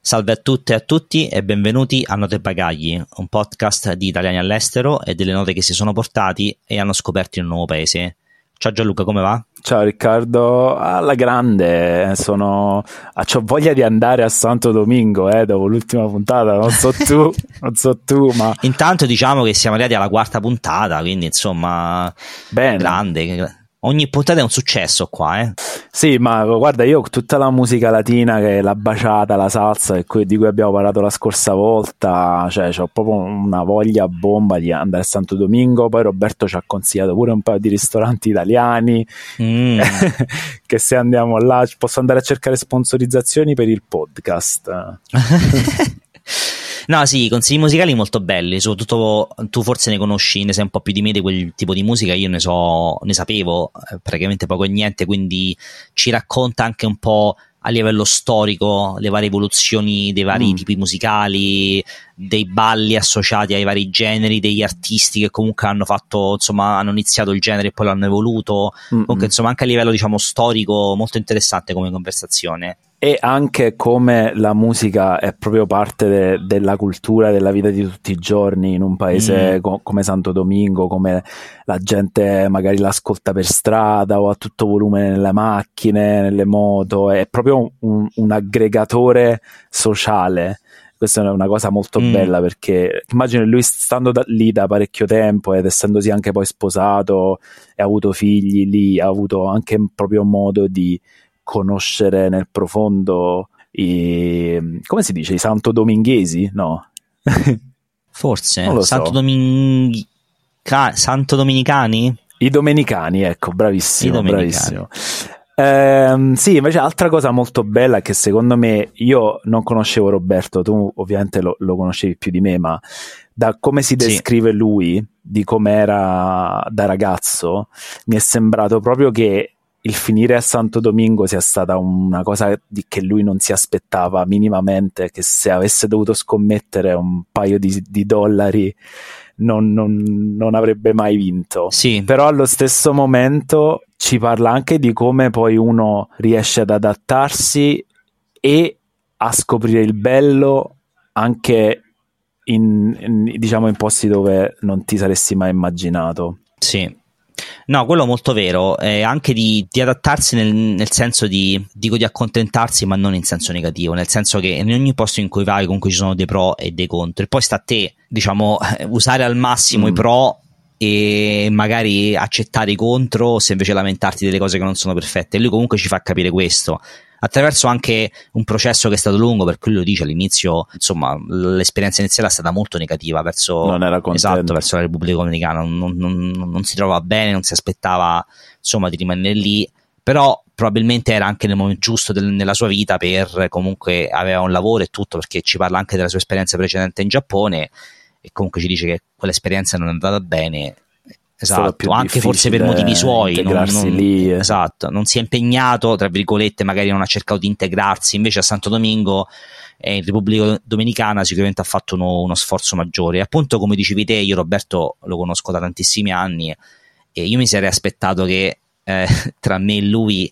Salve a tutte e a tutti e benvenuti a Note e Bagagli, un podcast di italiani all'estero e delle note che si sono portati e hanno scoperto in un nuovo paese. Ciao Gianluca, come va? Ciao Riccardo, alla grande, c'ho voglia di andare a Santo Domingo, dopo l'ultima puntata, non so tu, ma... Intanto diciamo che siamo arrivati alla quarta puntata, quindi insomma, bene. Grande. Ogni puntata è un successo qua, eh? Sì, ma guarda, io tutta la musica latina, che è la baciata, la salsa, di cui abbiamo parlato la scorsa volta, cioè ho proprio una voglia bomba di andare a Santo Domingo. Poi Roberto ci ha consigliato pure un paio di ristoranti italiani, che se andiamo là posso andare a cercare sponsorizzazioni per il podcast. No, sì, consigli musicali molto belli, soprattutto tu forse ne conosci, ne sai un po' più di me di quel tipo di musica, io ne sapevo praticamente poco e niente, quindi ci racconta anche un po' a livello storico le varie evoluzioni dei vari tipi musicali, dei balli associati ai vari generi, degli artisti che comunque hanno fatto, insomma, hanno iniziato il genere e poi l'hanno evoluto. Comunque insomma anche a livello diciamo storico molto interessante come conversazione. E anche come la musica è proprio parte della cultura, della vita di tutti i giorni in un paese come Santo Domingo, come la gente magari l'ascolta per strada o a tutto volume nelle macchine, nelle moto, è proprio un aggregatore sociale. Questa è una cosa molto bella, perché immagino lui stando lì da parecchio tempo ed essendosi anche poi sposato e ha avuto figli lì, ha avuto anche proprio modo di conoscere nel profondo come si dice, i santo dominghesi? No? Forse non lo Santo so. Santo Dominicani? I domenicani, ecco, bravissimo. Sì, invece altra cosa molto bella è che secondo me, io non conoscevo Roberto, tu ovviamente lo conoscevi più di me, ma da come si descrive lui, di come era da ragazzo, mi è sembrato proprio che il finire a Santo Domingo sia stata una cosa che lui non si aspettava minimamente, che se avesse dovuto scommettere un paio di dollari non avrebbe mai vinto. Sì. Però allo stesso momento ci parla anche di come poi uno riesce ad adattarsi e a scoprire il bello anche diciamo in posti dove non ti saresti mai immaginato. Sì. No, quello è molto vero, anche di adattarsi nel senso dico di accontentarsi, ma non in senso negativo, nel senso che in ogni posto in cui vai comunque ci sono dei pro e dei contro, e poi sta a te, diciamo, usare al massimo i pro e magari accettare i contro, se invece lamentarti delle cose che non sono perfette. E lui comunque ci fa capire questo attraverso anche un processo che è stato lungo, per cui lui lo dice all'inizio, insomma, l'esperienza iniziale è stata molto negativa verso la Repubblica Dominicana, non si trovava bene, non si aspettava insomma di rimanere lì, però probabilmente era anche nel momento giusto nella sua vita, per comunque aveva un lavoro e tutto, perché ci parla anche della sua esperienza precedente in Giappone e comunque ci dice che quell'esperienza non è andata bene. Esatto, anche forse per motivi suoi, lì. Esatto, non si è impegnato, tra virgolette, magari non ha cercato di integrarsi, invece a Santo Domingo e in Repubblica Dominicana sicuramente ha fatto uno sforzo maggiore. E appunto, come dicevi te, io Roberto lo conosco da tantissimi anni e io mi sarei aspettato che tra me e lui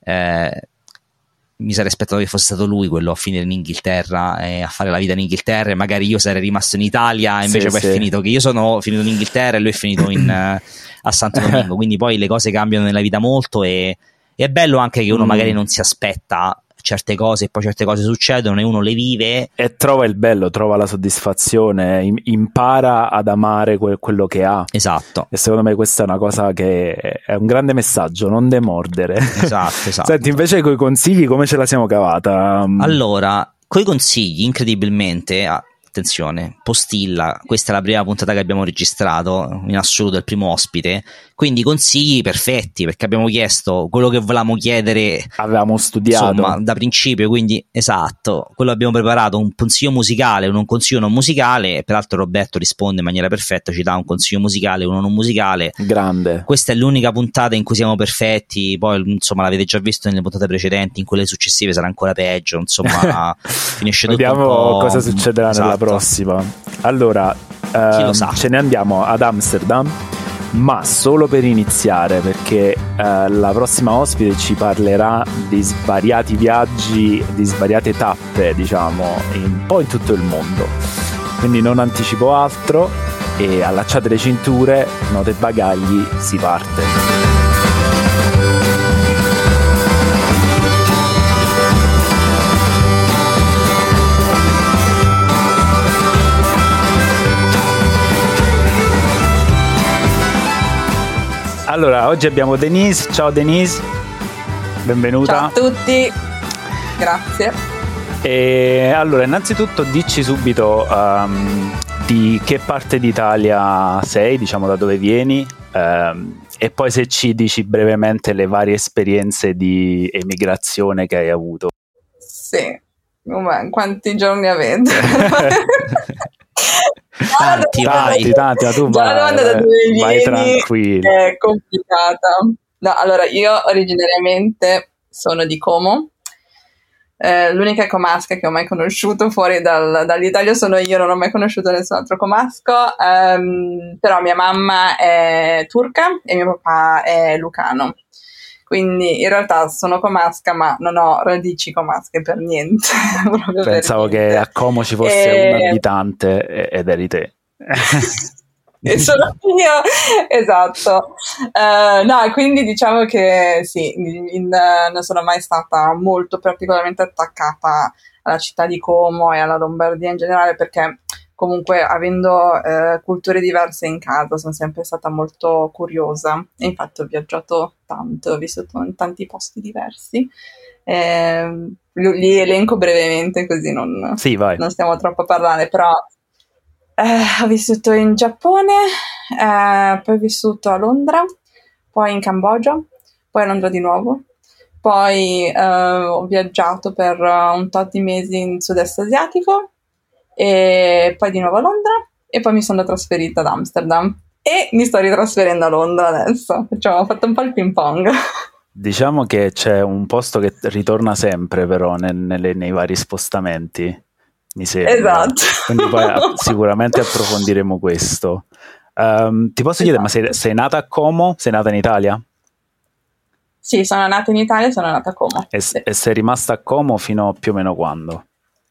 mi sarei aspettato che fosse stato lui quello a finire in Inghilterra e a fare la vita in Inghilterra, e magari io sarei rimasto in Italia, invece poi è finito che io sono finito in Inghilterra e lui è finito a Santo Domingo. Quindi poi le cose cambiano nella vita molto, e è bello anche che uno magari non si aspetta certe cose e poi certe cose succedono e uno le vive e trova il bello, trova la soddisfazione, impara ad amare quello che ha. Esatto. E secondo me questa è una cosa che è un grande messaggio, non demordere. Esatto. Senti, invece coi consigli come ce la siamo cavata? Allora, coi consigli, incredibilmente, attenzione, postilla, questa è la prima puntata che abbiamo registrato in assoluto, il primo ospite, quindi consigli perfetti, perché abbiamo chiesto quello che volevamo chiedere, avevamo studiato insomma da principio, quindi esatto, quello abbiamo preparato, un consiglio musicale, un consiglio non musicale, e peraltro Roberto risponde in maniera perfetta, ci dà un consiglio musicale, uno non musicale, grande. Questa è l'unica puntata in cui siamo perfetti, poi insomma l'avete già visto nelle puntate precedenti, in quelle successive sarà ancora peggio, insomma finisce tutto. Vediamo cosa succederà nella prossima. Allora, chi lo sa. ce ne andiamo ad Amsterdam, ma solo per iniziare, perché la prossima ospite ci parlerà di svariati viaggi, di svariate tappe, diciamo, un po' in tutto il mondo. Quindi non anticipo altro e allacciate le cinture, note e bagagli, si parte. Allora, oggi abbiamo Denise. Ciao Denise, benvenuta. Ciao a tutti, grazie. E allora, innanzitutto dici subito di che parte d'Italia sei, diciamo da dove vieni, e poi se ci dici brevemente le varie esperienze di emigrazione che hai avuto. Sì, quanti giorni avete? Tanti, ma tu vai tranquillo. È complicata. No, allora, io originariamente sono di Como. L'unica comasca che ho mai conosciuto fuori dall'Italia sono io, non ho mai conosciuto nessun altro comasco, però mia mamma è turca e mio papà è lucano. Quindi in realtà sono comasca, ma non ho radici comasche per niente. Pensavo che a Como ci fosse un abitante ed eri te. E sono io, esatto. No, quindi diciamo che sì, non sono mai stata molto particolarmente attaccata alla città di Como e alla Lombardia in generale, perché comunque avendo culture diverse in casa sono sempre stata molto curiosa e infatti ho viaggiato tanto, ho vissuto in tanti posti diversi. Li elenco brevemente così non stiamo troppo a parlare, però ho vissuto in Giappone, poi ho vissuto a Londra, poi in Cambogia, poi a Londra di nuovo, poi ho viaggiato per un tot di mesi in sud-est asiatico, e poi di nuovo a Londra, e poi mi sono trasferita ad Amsterdam e mi sto ritrasferendo a Londra adesso, ho fatto un po' il ping pong. Diciamo che c'è un posto che ritorna sempre però nei vari spostamenti, mi sembra. Esatto. Quindi poi sicuramente approfondiremo questo. Ti posso chiedere, ma sei nata a Como? Sei nata in Italia? Sì, sono nata in Italia e sono nata a Como. E sei rimasta a Como fino a più o meno quando?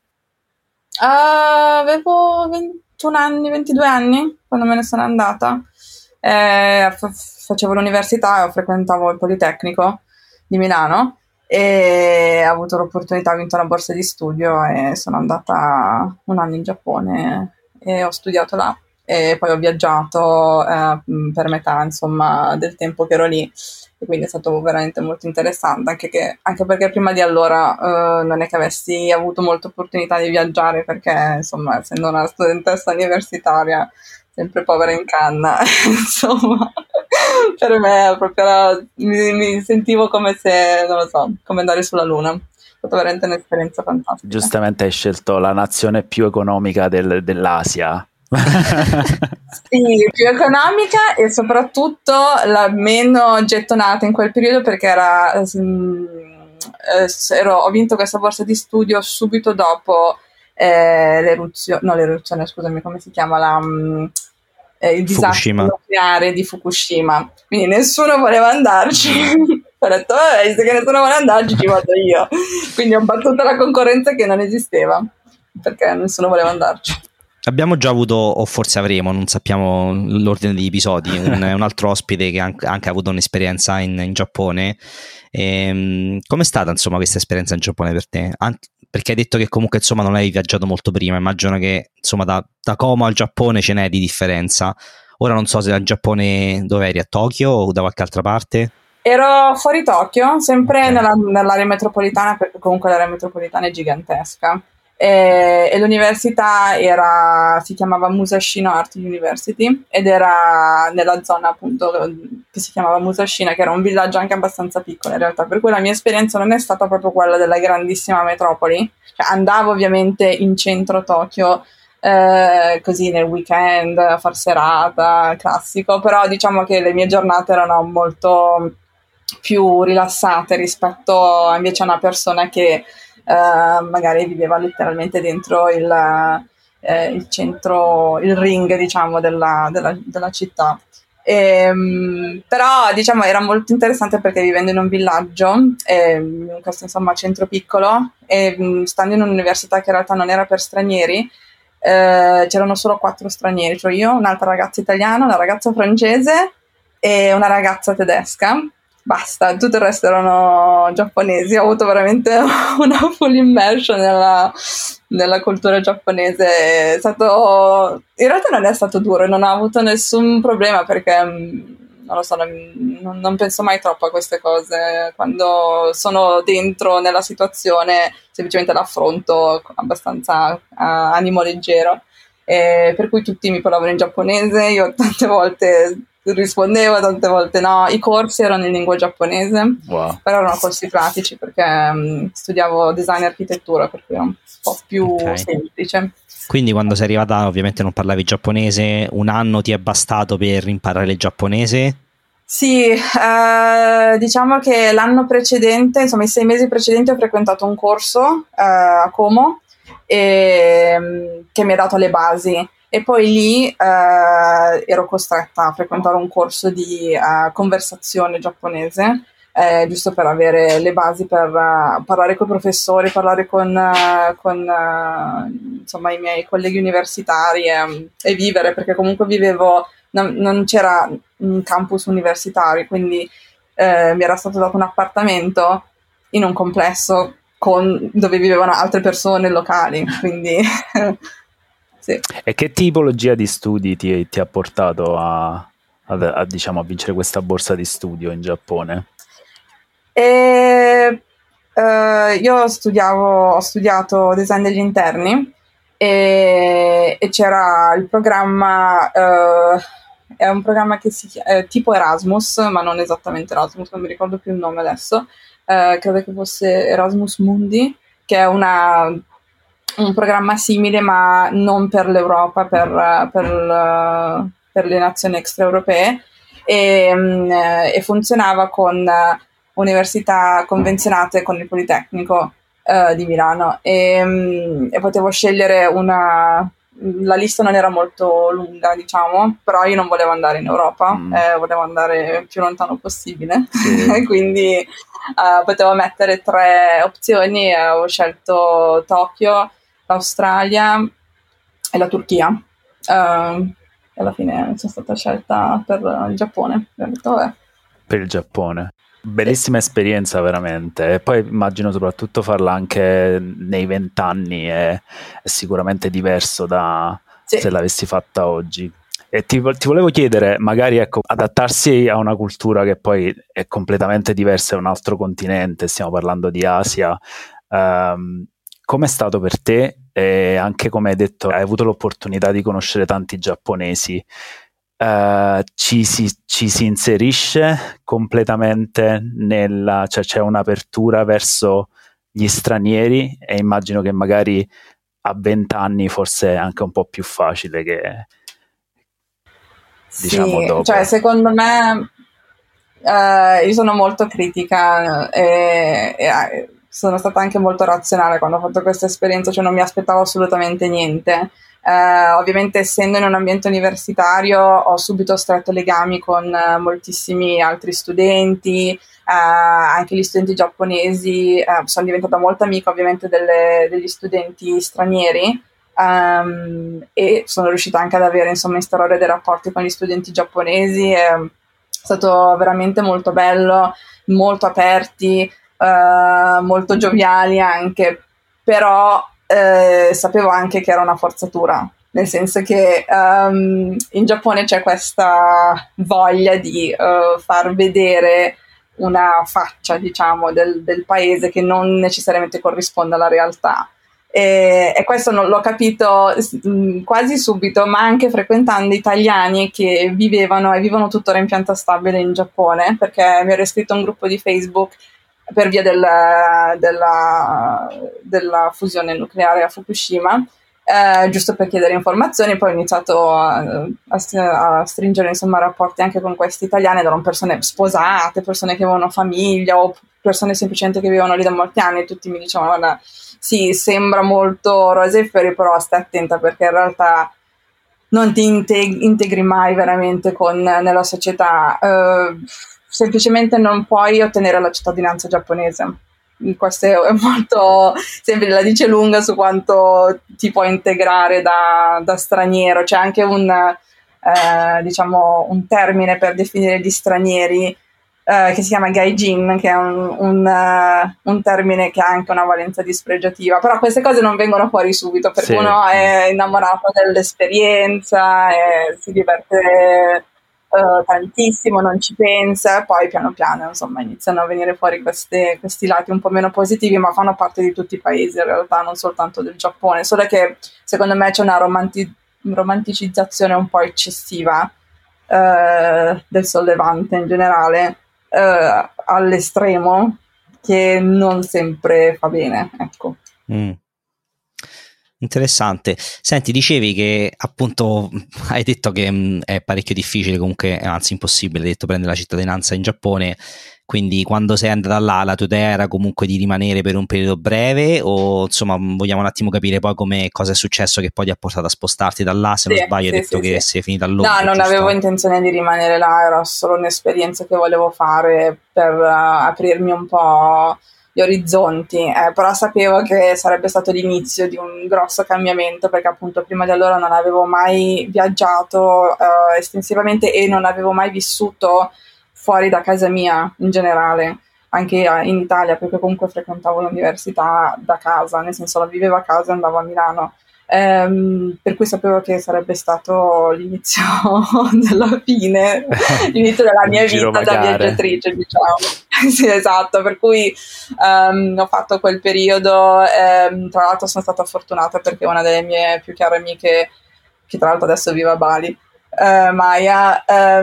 Avevo 21 anni, 22 anni quando me ne sono andata. Facevo l'università, frequentavo il Politecnico di Milano e ho avuto l'opportunità, ho vinto una borsa di studio e sono andata un anno in Giappone e ho studiato là e poi ho viaggiato per metà, insomma, del tempo che ero lì. E quindi è stato veramente molto interessante, anche perché prima di allora non è che avessi avuto molte opportunità di viaggiare, perché insomma, essendo una studentessa universitaria sempre povera in canna, insomma, per me proprio mi sentivo come se, non lo so, come andare sulla Luna. È stata veramente un'esperienza fantastica. Giustamente hai scelto la nazione più economica dell'Asia. Sì, più economica e soprattutto la meno gettonata in quel periodo, perché ho vinto questa borsa di studio subito dopo l'eruzione, scusami, come si chiama, il disastro nucleare di Fukushima, quindi nessuno voleva andarci. Ho detto, visto che nessuno vuole andarci, ci vado io. Quindi ho battuto la concorrenza che non esisteva, perché nessuno voleva andarci. Abbiamo già avuto, o forse avremo, non sappiamo l'ordine degli episodi, un altro ospite che anche ha avuto un'esperienza in Giappone. Com'è stata insomma questa esperienza in Giappone per te? Perché hai detto che comunque insomma non hai viaggiato molto prima, immagino che insomma da Como al Giappone ce n'è di differenza. Ora non so se al Giappone dove eri, a Tokyo o da qualche altra parte? Ero fuori Tokyo, sempre nell'area metropolitana, perché comunque l'area metropolitana è gigantesca. E l'università si chiamava Musashino Art University ed era nella zona appunto che si chiamava Musashina, che era un villaggio anche abbastanza piccolo in realtà, per cui la mia esperienza non è stata proprio quella della grandissima metropoli. Andavo ovviamente in centro Tokyo così nel weekend a far serata, classico, però diciamo che le mie giornate erano molto più rilassate rispetto invece a una persona che magari viveva letteralmente dentro il centro, il ring, diciamo, della città. Però diciamo era molto interessante perché vivendo in un villaggio, in questo insomma centro piccolo, e stando in un'università che in realtà non era per stranieri, c'erano solo 4 stranieri, cioè io, un'altra ragazza italiana, una ragazza francese e una ragazza tedesca. Basta, tutto il resto erano giapponesi. Ho avuto veramente una full immersion nella cultura giapponese. È stato, in realtà non è stato duro, non ho avuto nessun problema perché non lo so, non penso mai troppo a queste cose. Quando sono dentro nella situazione, semplicemente l'affronto abbastanza a animo leggero. Per cui tutti mi parlavano in giapponese, io tante volte rispondevo, tante volte no. I corsi erano in lingua giapponese, Wow. però erano corsi pratici perché studiavo design e architettura, per cui era un po' più semplice. Quindi quando sei arrivata ovviamente non parlavi giapponese, un anno ti è bastato per imparare il giapponese? Sì, diciamo che l'anno precedente, insomma i 6 mesi precedenti ho frequentato un corso a Como che mi ha dato le basi. E poi lì ero costretta a frequentare un corso di conversazione giapponese, giusto per avere le basi per parlare con i professori, parlare con insomma, i miei colleghi universitari e vivere, perché comunque vivevo, non c'era un campus universitario, quindi mi era stato dato un appartamento in un complesso dove vivevano altre persone locali, quindi... Sì. E che tipologia di studi ti ha portato diciamo, a vincere questa borsa di studio in Giappone? Io ho studiato design degli interni e c'era il programma, è un programma che si chiama tipo Erasmus, ma non esattamente Erasmus, non mi ricordo più il nome adesso, credo che fosse Erasmus Mundi, che è un programma simile ma non per l'Europa, per le nazioni extraeuropee e funzionava con università convenzionate con il Politecnico di Milano e potevo scegliere la lista non era molto lunga, diciamo, però io non volevo andare in Europa, volevo andare il più lontano possibile, sì. Quindi potevo mettere 3 opzioni e ho scelto Tokyo, l'Australia e la Turchia. Alla fine sono stata scelta per il Giappone. Ho detto, vabbè. Per il Giappone. Bellissima esperienza veramente, e poi immagino soprattutto farla anche nei 20 anni è sicuramente diverso da se l'avessi fatta oggi. E ti volevo chiedere, magari ecco, adattarsi a una cultura che poi è completamente diversa, è un altro continente, stiamo parlando di Asia, com'è stato per te? E anche come hai detto, hai avuto l'opportunità di conoscere tanti giapponesi. Ci si inserisce completamente cioè c'è un'apertura verso gli stranieri e immagino che magari a 20 anni forse è anche un po' più facile che diciamo dopo. Cioè secondo me io sono molto critica e sono stata anche molto razionale quando ho fatto questa esperienza, cioè non mi aspettavo assolutamente niente. Ovviamente essendo in un ambiente universitario ho subito stretto legami con moltissimi altri studenti, anche gli studenti giapponesi, sono diventata molto amica ovviamente degli studenti stranieri e sono riuscita anche ad avere, insomma, instaurare dei rapporti con gli studenti giapponesi, è stato veramente molto bello, molto aperti, molto gioviali anche, però sapevo anche che era una forzatura, nel senso che in Giappone c'è questa voglia di far vedere una faccia, diciamo, del paese che non necessariamente corrisponde alla realtà. E questo non l'ho capito quasi subito, ma anche frequentando italiani che vivevano e vivono tuttora in pianta stabile in Giappone, perché mi ero iscritto a un gruppo di Facebook per via della fusione nucleare a Fukushima, giusto per chiedere informazioni. Poi ho iniziato a stringere, insomma, rapporti anche con questi italiani, ed erano persone sposate, persone che avevano famiglia o persone semplicemente che vivevano lì da molti anni, e tutti mi dicevano: guarda, sì, sembra molto rose e fiori, però stai attenta perché in realtà non ti integri mai veramente nella società, semplicemente non puoi ottenere la cittadinanza giapponese. Questo è molto, sempre la dice lunga su quanto ti puoi integrare da straniero. C'è anche diciamo un termine per definire gli stranieri, che si chiama gaijin, che è un termine che ha anche una valenza dispregiativa, però queste cose non vengono fuori subito perché uno è innamorato dell'esperienza e si diverte tantissimo, non ci pensa, poi piano piano insomma iniziano a venire fuori questi lati un po' meno positivi, ma fanno parte di tutti i paesi in realtà, non soltanto del Giappone, solo che secondo me c'è una romanticizzazione un po' eccessiva del sollevante in generale, all'estremo, che non sempre fa bene, ecco. Interessante. Senti, dicevi che appunto hai detto che è parecchio difficile, comunque anzi impossibile, hai detto prendere la cittadinanza in Giappone, quindi quando sei andata là la tua idea era comunque di rimanere per un periodo breve, o insomma vogliamo un attimo capire poi cosa è successo che poi ti ha portato a spostarti da là? Se non sbaglio hai detto che sei finita a Londra. No, non giusto? avevo intenzione di rimanere là, era solo un'esperienza che volevo fare per aprirmi un po' gli orizzonti, però sapevo che sarebbe stato l'inizio di un grosso cambiamento, perché appunto prima di allora non avevo mai viaggiato estensivamente e non avevo mai vissuto fuori da casa mia in generale, anche in Italia, perché comunque frequentavo l'università da casa, nel senso la vivevo a casa e andavo a Milano. Per cui sapevo che sarebbe stato l'inizio della fine, l'inizio della mia vita da viaggiatrice, diciamo. Sì, esatto, per cui ho fatto quel periodo, tra l'altro sono stata fortunata perché una delle mie più care amiche, che tra l'altro adesso vive a Bali, Maya,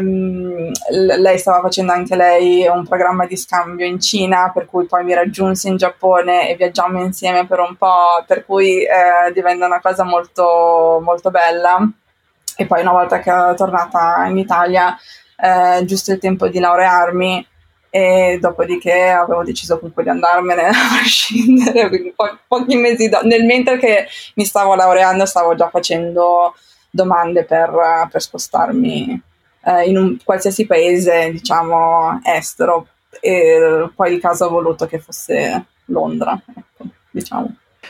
lei stava facendo anche lei un programma di scambio in Cina, per cui poi mi raggiunse in Giappone e viaggiammo insieme per un po', per cui diventa una cosa molto, molto bella. E poi una volta che ero tornata in Italia, giusto il tempo di laurearmi, e dopodiché avevo deciso comunque di andarmene a prescindere, quindi pochi mesi mentre che mi stavo laureando stavo già facendo domande per spostarmi in un qualsiasi paese, diciamo, estero, e poi il caso ha voluto che fosse Londra, ecco, diciamo.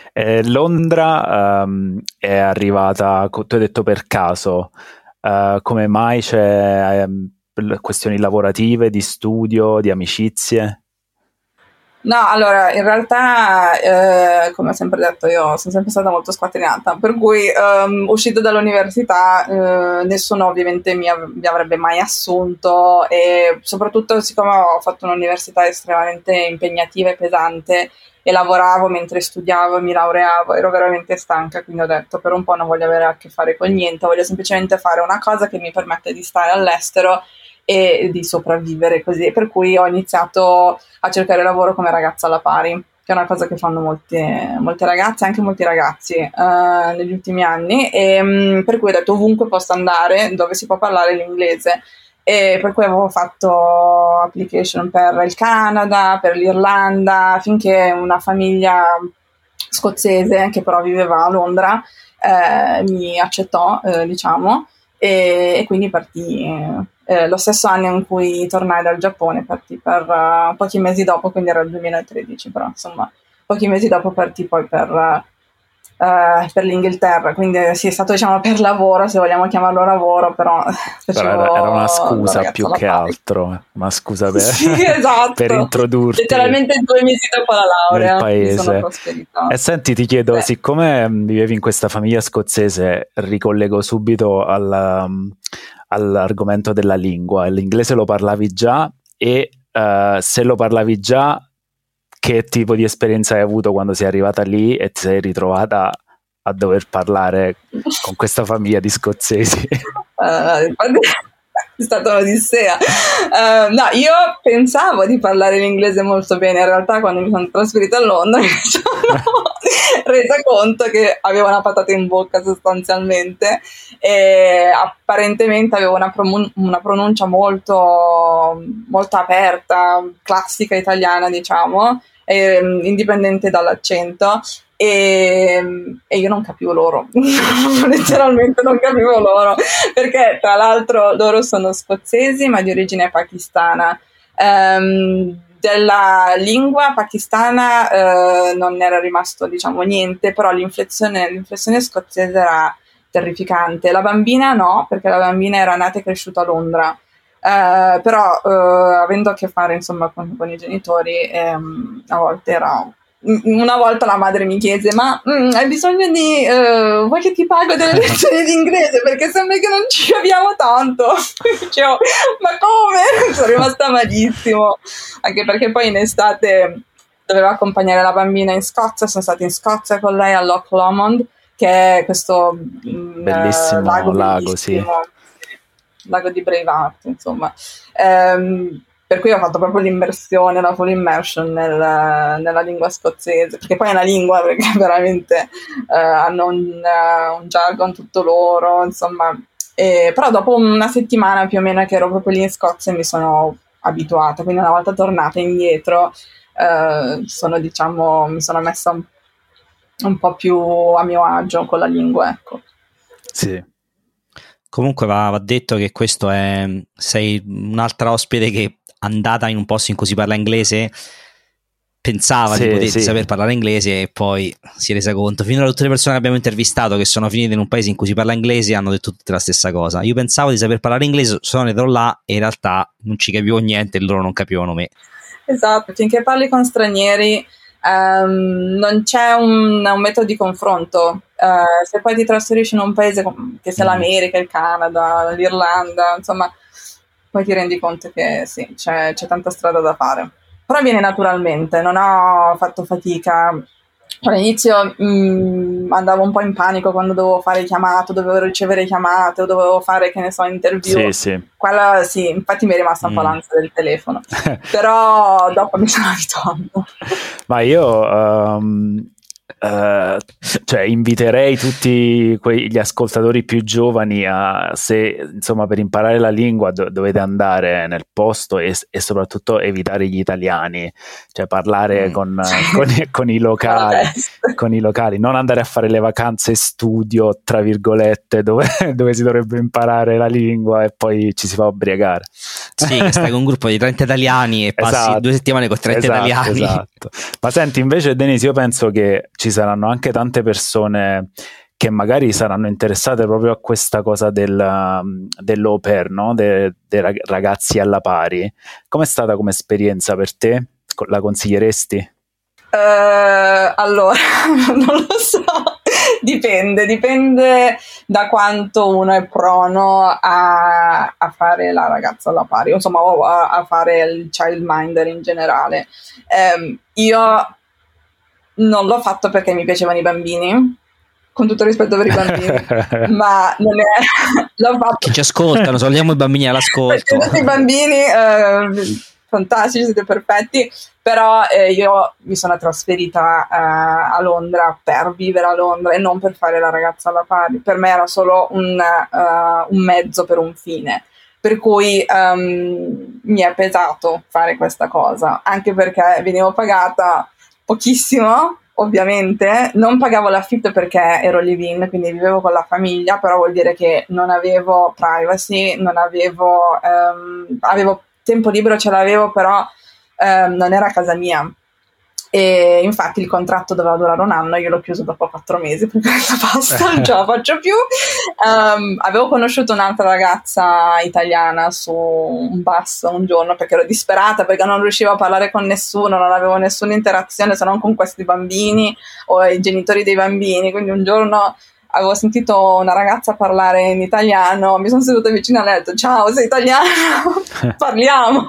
Londra è arrivata, tu hai detto per caso, come mai? C'è questioni lavorative, di studio, di amicizie? No, allora, in realtà, come ho sempre detto, io sono sempre stata molto squatrinata, per cui uscita dall'università nessuno ovviamente mi avrebbe mai assunto, e soprattutto siccome ho fatto un'università estremamente impegnativa e pesante e lavoravo mentre studiavo, mi laureavo, ero veramente stanca, quindi ho detto per un po' non voglio avere a che fare con niente, voglio semplicemente fare una cosa che mi permette di stare all'estero e di sopravvivere così, per cui ho iniziato a cercare lavoro come ragazza alla pari, che è una cosa che fanno molte ragazze, anche molti ragazzi negli ultimi anni, e per cui ho detto ovunque posso andare dove si può parlare l'inglese, e per cui avevo fatto application per il Canada, per l'Irlanda, finché una famiglia scozzese che però viveva a Londra mi accettò, diciamo, e quindi partì. Lo stesso anno in cui tornai dal Giappone, partì per pochi mesi dopo, quindi era il 2013, però insomma pochi mesi dopo partì poi per l'Inghilterra, quindi sì, è stato diciamo per lavoro, se vogliamo chiamarlo lavoro, però era una scusa più che altro, una scusa per, sì, esatto, per introdurti letteralmente 2 mesi dopo la laurea nel paese. Mi sono trasferita. E senti, ti chiedo, siccome vivevi in questa famiglia scozzese, ricollego subito all'argomento della lingua. L'inglese lo parlavi già, e se lo parlavi già, che tipo di esperienza hai avuto quando sei arrivata lì e ti sei ritrovata a dover parlare con questa famiglia di scozzesi? È stata un'odissea. No, io pensavo di parlare l'inglese molto bene, in realtà quando mi sono trasferita a Londra mi sono resa conto che avevo una patata in bocca sostanzialmente, e apparentemente avevo una pronuncia molto, molto aperta, classica italiana, diciamo, indipendente dall'accento, e io non capivo loro, letteralmente non capivo loro, perché tra l'altro loro sono scozzesi ma di origine pakistana. Della lingua pakistana non era rimasto, diciamo, niente, però l'inflessione scozzese era terrificante. La bambina no, perché la bambina era nata e cresciuta a Londra. Però avendo a che fare, insomma, con i genitori, a volte era... Una volta la madre mi chiese: ma hai bisogno di vuoi che ti pago delle lezioni di inglese, perché sembra che non ci capiamo tanto. Dicevo: ma come? Sono rimasta malissimo, anche perché poi in estate dovevo accompagnare la bambina in Scozia. Sono stata in Scozia con lei a Loch Lomond, che è questo bellissimo lago, sì. Lago di Braveheart, insomma. Per cui ho fatto proprio l'immersione, la full immersion nella lingua scozzese, perché poi è una lingua, perché veramente hanno un jargon tutto loro, insomma. Però dopo una settimana più o meno che ero proprio lì in Scozia mi sono abituata, quindi una volta tornata indietro mi sono messa un po' più a mio agio con la lingua, ecco. Sì. Comunque va detto che sei un'altra ospite che, andata in un posto in cui si parla inglese, pensava di poter saper parlare inglese e poi si è resa conto. Finora tutte le persone che abbiamo intervistato che sono finite in un paese in cui si parla inglese hanno detto tutte la stessa cosa. Io pensavo di saper parlare inglese, sono andato là e in realtà non ci capivo niente e loro non capivano me. Esatto, finché parli con stranieri non c'è un metodo di confronto. Se poi ti trasferisci in un paese che sia l'America, il Canada, l'Irlanda, insomma, poi ti rendi conto che sì, c'è tanta strada da fare. Però viene naturalmente, non ho fatto fatica. All'inizio andavo un po' in panico quando dovevo fare chiamate, dovevo ricevere chiamate o dovevo fare, che ne so, interview. Sì. Quella sì, infatti mi è rimasta un po' l'ansia del telefono. Però dopo mi sono abituato. Ma io cioè inviterei tutti gli ascoltatori più giovani se insomma per imparare la lingua dovete andare nel posto e soprattutto evitare gli italiani, cioè parlare con i locali, non andare a fare le vacanze studio tra virgolette dove si dovrebbe imparare la lingua e poi ci si fa ubriacare. Sì, che stai con un gruppo di 30 italiani e passi 2 settimane con 30 italiani. Esatto. Ma senti, invece Denise, io penso che ci saranno anche tante persone che magari saranno interessate proprio a questa cosa dell'au pair, no? Dei ragazzi alla pari. Com'è stata come esperienza per te? La consiglieresti? Allora, non lo so, dipende da quanto uno è prono a fare la ragazza alla pari, insomma, o a fare il childminder in generale. Io non l'ho fatto perché mi piacevano i bambini, con tutto rispetto per i bambini, ma non è... l'ho fatto... Chi ci ascoltano, salutiamo i bambini all'ascolto. Tutti i bambini, fantastici, siete perfetti, però io mi sono trasferita a Londra per vivere a Londra e non per fare la ragazza alla pari. Per me era solo un mezzo per un fine. Per cui mi è pesato fare questa cosa, anche perché venivo pagata pochissimo, ovviamente. Non pagavo l'affitto perché ero live-in, quindi vivevo con la famiglia, però vuol dire che non avevo privacy, non avevo tempo libero, ce l'avevo, però non era casa mia. E infatti il contratto doveva durare 1 anno, io l'ho chiuso dopo 4 mesi perché basta, non ce la faccio più. Avevo conosciuto un'altra ragazza italiana su un bus un giorno perché ero disperata, perché non riuscivo a parlare con nessuno, non avevo nessuna interazione se non con questi bambini o i genitori dei bambini, quindi un giorno avevo sentito una ragazza parlare in italiano, mi sono seduta vicino e ho detto: ciao, sei italiano? Parliamo.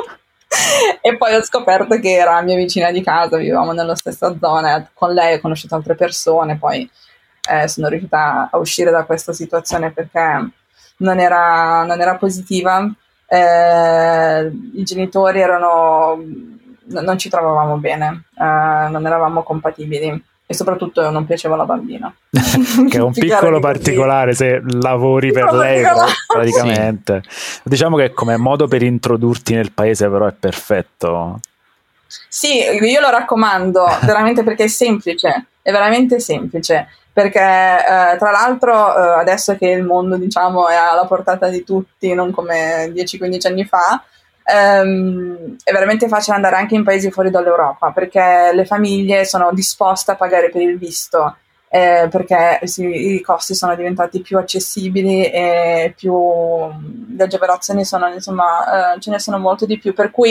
E poi ho scoperto che era mia vicina di casa, vivevamo nella stessa zona, con lei ho conosciuto altre persone, poi sono riuscita a uscire da questa situazione perché non era positiva. I genitori non ci trovavamo bene, non eravamo compatibili e soprattutto non piaceva la bambina. Che è un piccolo particolare se lavori per lei praticamente. Sì. Diciamo che come modo per introdurti nel paese però è perfetto. Sì, io lo raccomando veramente perché è veramente semplice, perché tra l'altro adesso che il mondo diciamo è alla portata di tutti, non come 10-15 anni fa, è veramente facile andare anche in paesi fuori dall'Europa, perché le famiglie sono disposte a pagare per il visto, perché i costi sono diventati più accessibili e le agevolazioni sono, insomma, ce ne sono molto di più, per cui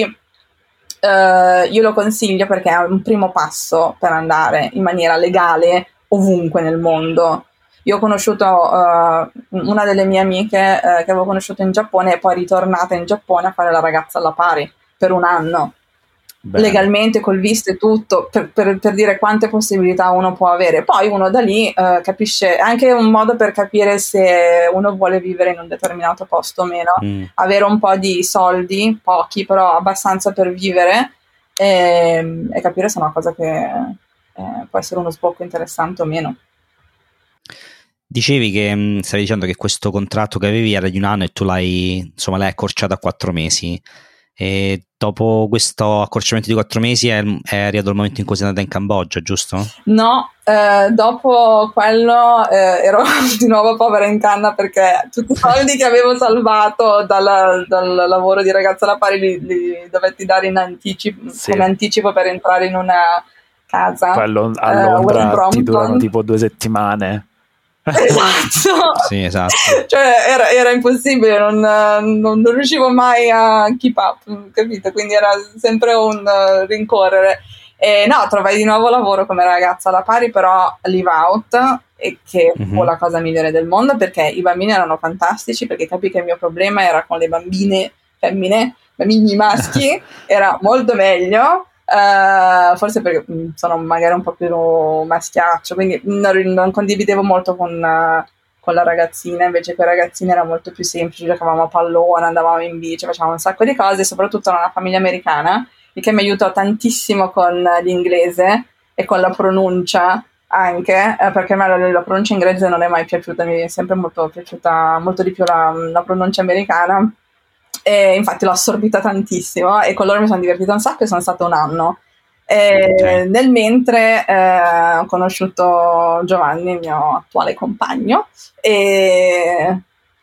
io lo consiglio perché è un primo passo per andare in maniera legale ovunque nel mondo. Io ho conosciuto una delle mie amiche che avevo conosciuto in Giappone e poi è ritornata in Giappone a fare la ragazza alla pari per un anno. Bene. Legalmente col visto e tutto, per dire quante possibilità uno può avere. Poi uno da lì capisce, anche un modo per capire se uno vuole vivere in un determinato posto o meno, avere un po' di soldi, pochi però abbastanza per vivere, e capire se è una cosa che può essere uno sbocco interessante o meno. Dicevi che stavi dicendo che questo contratto che avevi era di un anno e tu l'hai accorciato a 4 mesi. E dopo questo accorciamento di 4 mesi è arrivato il momento in cui sei andata in Cambogia, giusto? No, dopo quello ero di nuovo povera in canna perché tutti i soldi che avevo salvato dal lavoro di ragazza alla pari li dovetti dare in anticipo, sì, come anticipo per entrare in una casa. A Londra ti durano tipo 2 settimane. Esatto. Sì, esatto. Cioè era impossibile, non riuscivo mai a keep up, capito? Quindi era sempre un rincorrere. E no, trovai di nuovo lavoro come ragazza alla pari, però live out, e che fu la cosa migliore del mondo, perché i bambini erano fantastici, perché capì che il mio problema era con le bambine femmine, bambini maschi era molto meglio. Forse perché sono magari un po' più maschiaccio, quindi non condividevo molto con la ragazzina, invece con i ragazzini era molto più semplice, giocavamo a pallone, andavamo in bici, facevamo un sacco di cose, soprattutto in una famiglia americana, il che mi aiutò tantissimo con l'inglese e con la pronuncia anche, perché a me la pronuncia inglese non è mai piaciuta, mi è sempre molto piaciuta molto di più la pronuncia americana. E infatti l'ho assorbita tantissimo e con loro mi sono divertita un sacco e sono stata un anno. Nel mentre ho conosciuto Giovanni, il mio attuale compagno, e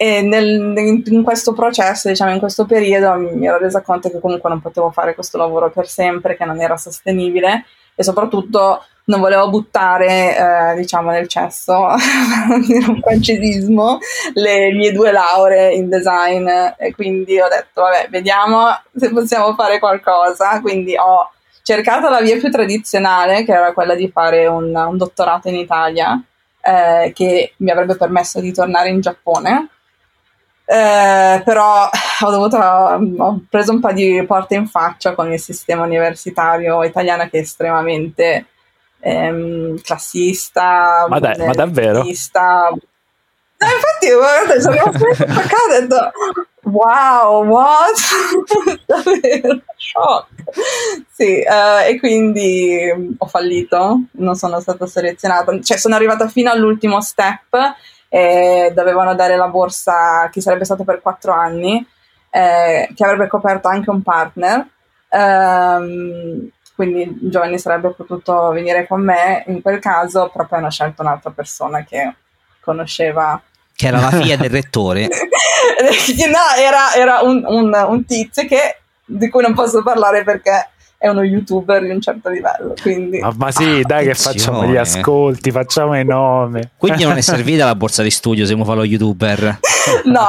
in questo processo, diciamo in questo periodo, mi ero resa conto che comunque non potevo fare questo lavoro per sempre, che non era sostenibile, e soprattutto non volevo buttare, diciamo, nel cesso, in un francesismo, le mie 2 lauree in design, e quindi ho detto, vabbè, vediamo se possiamo fare qualcosa. Quindi ho cercato la via più tradizionale, che era quella di fare un dottorato in Italia, che mi avrebbe permesso di tornare in Giappone. Però ho preso un po' di porte in faccia con il sistema universitario italiano, che è estremamente classista, ma davvero? No, infatti guarda, sono rimasta ho detto wow, what? Davvero, shock. Sì, e quindi ho fallito, non sono stata selezionata, cioè sono arrivata fino all'ultimo step e dovevano dare la borsa che sarebbe stata per 4 anni, che avrebbe coperto anche un partner, quindi Giovanni sarebbe potuto venire con me in quel caso, però poi hanno scelto un'altra persona che conosceva, che era la figlia del rettore. No, era un tizio di cui non posso parlare perché è uno youtuber di un certo livello, quindi... ma sì, dai, che facciamo gli ascolti, facciamo i nomi. Quindi non è servita la borsa di studio se uno fa lo youtuber? No.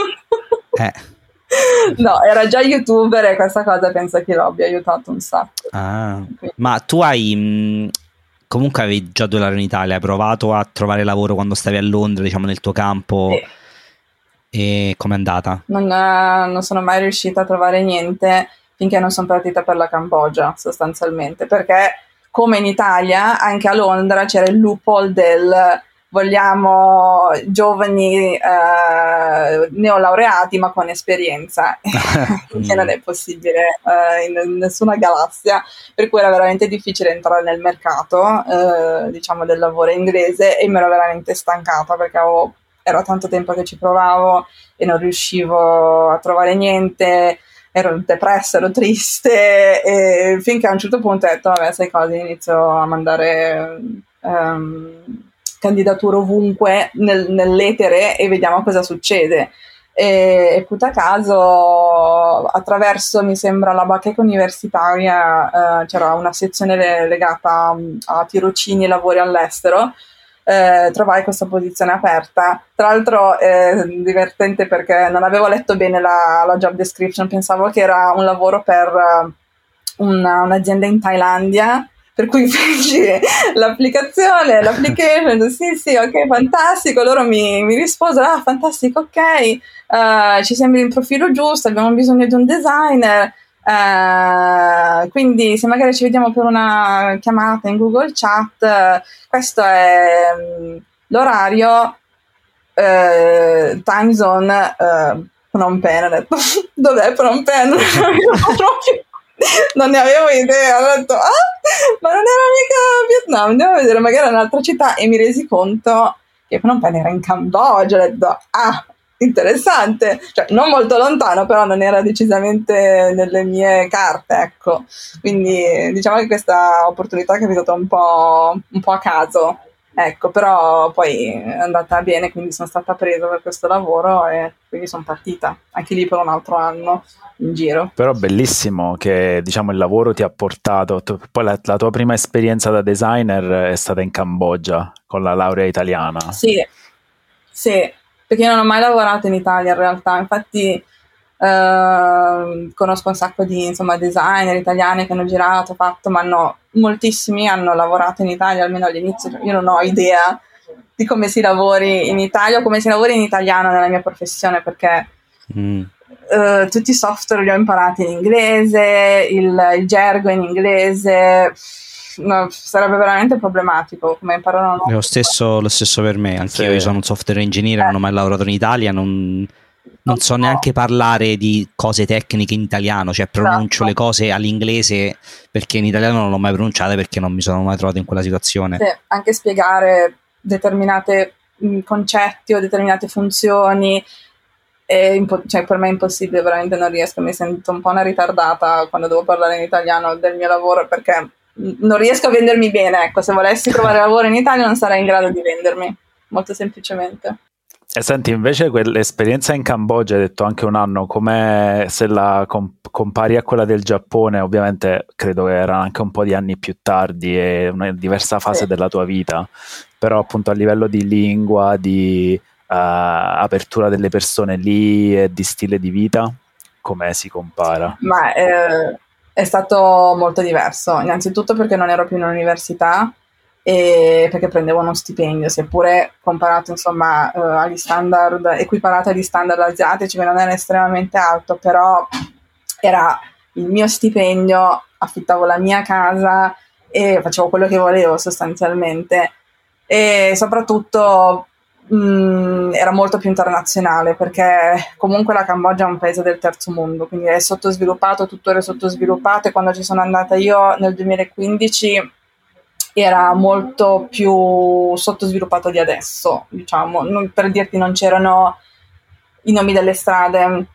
No, era già youtuber e questa cosa penso che lo abbia aiutato un sacco. Ma tu comunque avevi già 2 lauree in Italia, hai provato a trovare lavoro quando stavi a Londra, diciamo nel tuo campo? Sì. E com'è andata? Non sono mai riuscita a trovare niente finché non sono partita per la Cambogia, sostanzialmente, perché come in Italia anche a Londra c'era il loophole del vogliamo giovani neolaureati ma con esperienza, che non è possibile in nessuna galassia, per cui era veramente difficile entrare nel mercato diciamo del lavoro inglese, e mi ero veramente stancata perché era tanto tempo che ci provavo e non riuscivo a trovare niente. ero depressa, ero triste, e finché a un certo punto ho detto, vabbè, sai cosa, inizio a mandare candidature ovunque nell'etere e vediamo cosa succede. E puta caso, attraverso, mi sembra, la bacheca universitaria, c'era una sezione legata a tirocini e lavori all'estero. Trovai questa posizione aperta. Tra l'altro divertente perché non avevo letto bene la job description, pensavo che era un lavoro per un'azienda in Thailandia, per cui feci l'application, sì, ok, fantastico, loro mi risposero, fantastico, ok, ci sembri il profilo giusto, abbiamo bisogno di un designer, quindi se magari ci vediamo per una chiamata in Google Chat, questo è l'orario, time zone, Phnom Penh. Ho detto, dov'è Phnom Penh? Non ne avevo idea, ho detto, ma non era mica Vietnam, andiamo a vedere magari un'altra città, e mi resi conto che Phnom Penh era in Cambogia. Ho detto, interessante, cioè non molto lontano, però non era decisamente nelle mie carte, ecco. Quindi diciamo che questa opportunità è capitata un po' a caso, ecco, però poi è andata bene, quindi sono stata presa per questo lavoro e quindi sono partita anche lì per un altro anno in giro. Però bellissimo che, diciamo, il lavoro ti ha portato, poi la tua prima esperienza da designer è stata in Cambogia con la laurea italiana. Sì, perché io non ho mai lavorato in Italia in realtà, infatti conosco un sacco di, insomma, designer italiani che hanno girato, fatto, ma moltissimi hanno lavorato in Italia, almeno all'inizio. Io non ho idea di come si lavori in Italia o come si lavori in italiano nella mia professione, perché tutti i software li ho imparati in inglese, il gergo in inglese. No, sarebbe veramente problematico come imparare. Lo stesso per me, anch'io. Io sono un software engineer, non ho mai lavorato in Italia, non so neanche parlare di cose tecniche in italiano, cioè pronuncio le cose all'inglese perché in italiano non l'ho mai pronunciate, perché non mi sono mai trovato in quella situazione. Sì, anche spiegare determinate concetti o determinate funzioni cioè per me è impossibile, veramente non riesco, mi sento un po' una ritardata quando devo parlare in italiano del mio lavoro, perché non riesco a vendermi bene, ecco. Se volessi trovare lavoro in Italia non sarei in grado di vendermi, molto semplicemente. E senti, invece quell'esperienza in Cambogia, hai detto anche un anno, come se la compari a quella del Giappone, ovviamente credo che erano anche un po' di anni più tardi e una diversa fase della tua vita, però appunto a livello di lingua, di apertura delle persone lì e di stile di vita, come si compara? Ma è stato molto diverso, innanzitutto perché non ero più in università e perché prendevo uno stipendio, seppure comparato, insomma, agli standard, equiparato agli standard asiatici, che non era estremamente alto, però era il mio stipendio, affittavo la mia casa e facevo quello che volevo sostanzialmente, e soprattutto era molto più internazionale, perché comunque la Cambogia è un paese del terzo mondo, quindi è sottosviluppato, tuttora è sottosviluppato, e quando ci sono andata io nel 2015 era molto più sottosviluppato di adesso, diciamo. Per dirti, non c'erano i nomi delle strade,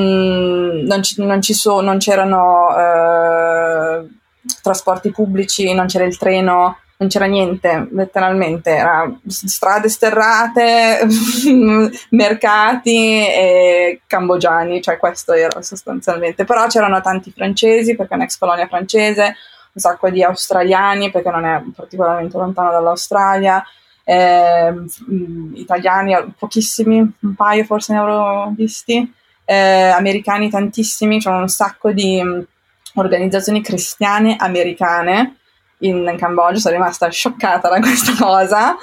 non c'erano trasporti pubblici, non c'era il treno, non c'era niente, letteralmente, era strade sterrate, mercati e cambogiani, cioè questo era sostanzialmente. Però c'erano tanti francesi, perché è un'ex colonia francese, un sacco di australiani, perché non è particolarmente lontano dall'Australia, italiani pochissimi, un paio forse ne avrò visti, americani tantissimi, c'erano un sacco di organizzazioni cristiane americane in Cambogia. Sono rimasta scioccata da questa cosa,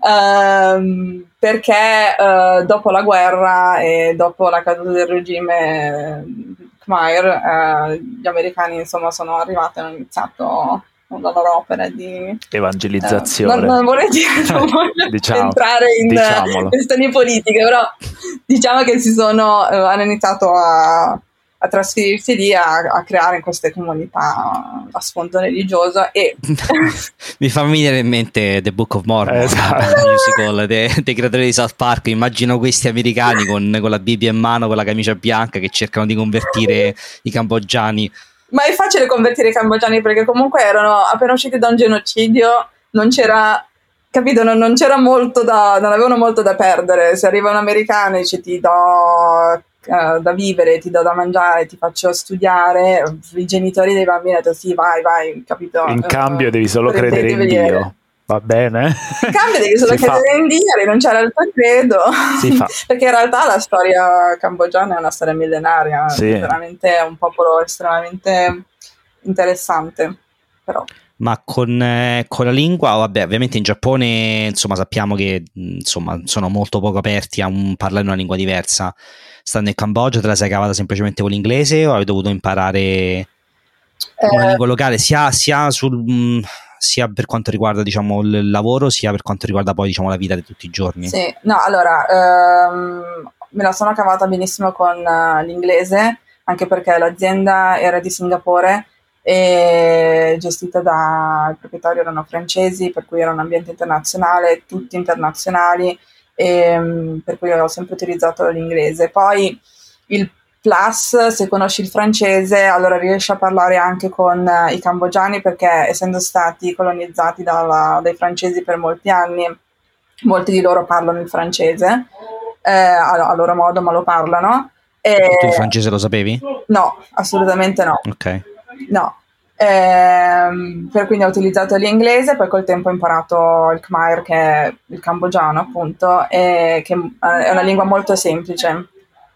perché dopo la guerra e dopo la caduta del regime Khmer, gli americani, insomma, sono arrivati e hanno iniziato la loro opera di evangelizzazione. Non vorrei entrare in questioni politiche, però diciamo che hanno iniziato a a trasferirsi lì a creare queste comunità a sfondo religioso e mi fa venire in mente The Book of Mormon, esatto. il musical dei creatori di South Park. Immagino questi americani con la Bibbia in mano, con la camicia bianca, che cercano di convertire i cambogiani. Ma è facile convertire i cambogiani, perché comunque erano appena usciti da un genocidio, non c'era, capito, non c'era molto non avevano molto da perdere. Se arriva un americano e dice ti do da vivere, ti do da mangiare, ti faccio studiare, i genitori dei bambini hanno detto sì, vai, capito? In cambio devi solo credere in Dio, va bene? In cambio devi solo credere in Dio, rinunciare al tuo credo, perché in realtà la storia cambogiana è una storia millenaria, sì. Veramente è un popolo estremamente interessante, però. Ma con la lingua, vabbè, ovviamente in Giappone, insomma, sappiamo che insomma sono molto poco aperti a parlare una lingua diversa. Stando in Cambogia, te la sei cavata semplicemente con l'inglese o hai dovuto imparare una lingua locale, sia per quanto riguarda, diciamo, il lavoro, sia per quanto riguarda poi, diciamo, la vita di tutti i giorni? Sì, no, allora, me la sono cavata benissimo con l'inglese, anche perché l'azienda era di Singapore e gestita il proprietario erano francesi, per cui era un ambiente internazionale, tutti internazionali, per cui ho sempre utilizzato l'inglese. Poi il plus, se conosci il francese, allora riesci a parlare anche con i cambogiani, perché essendo stati colonizzati dai francesi per molti anni, molti di loro parlano il francese a loro modo, ma lo parlano. Tu il francese lo sapevi? No, assolutamente no. Ok. No. Per cui ho utilizzato l'inglese, poi col tempo ho imparato il Khmer, che è il cambogiano appunto, che è una lingua molto semplice.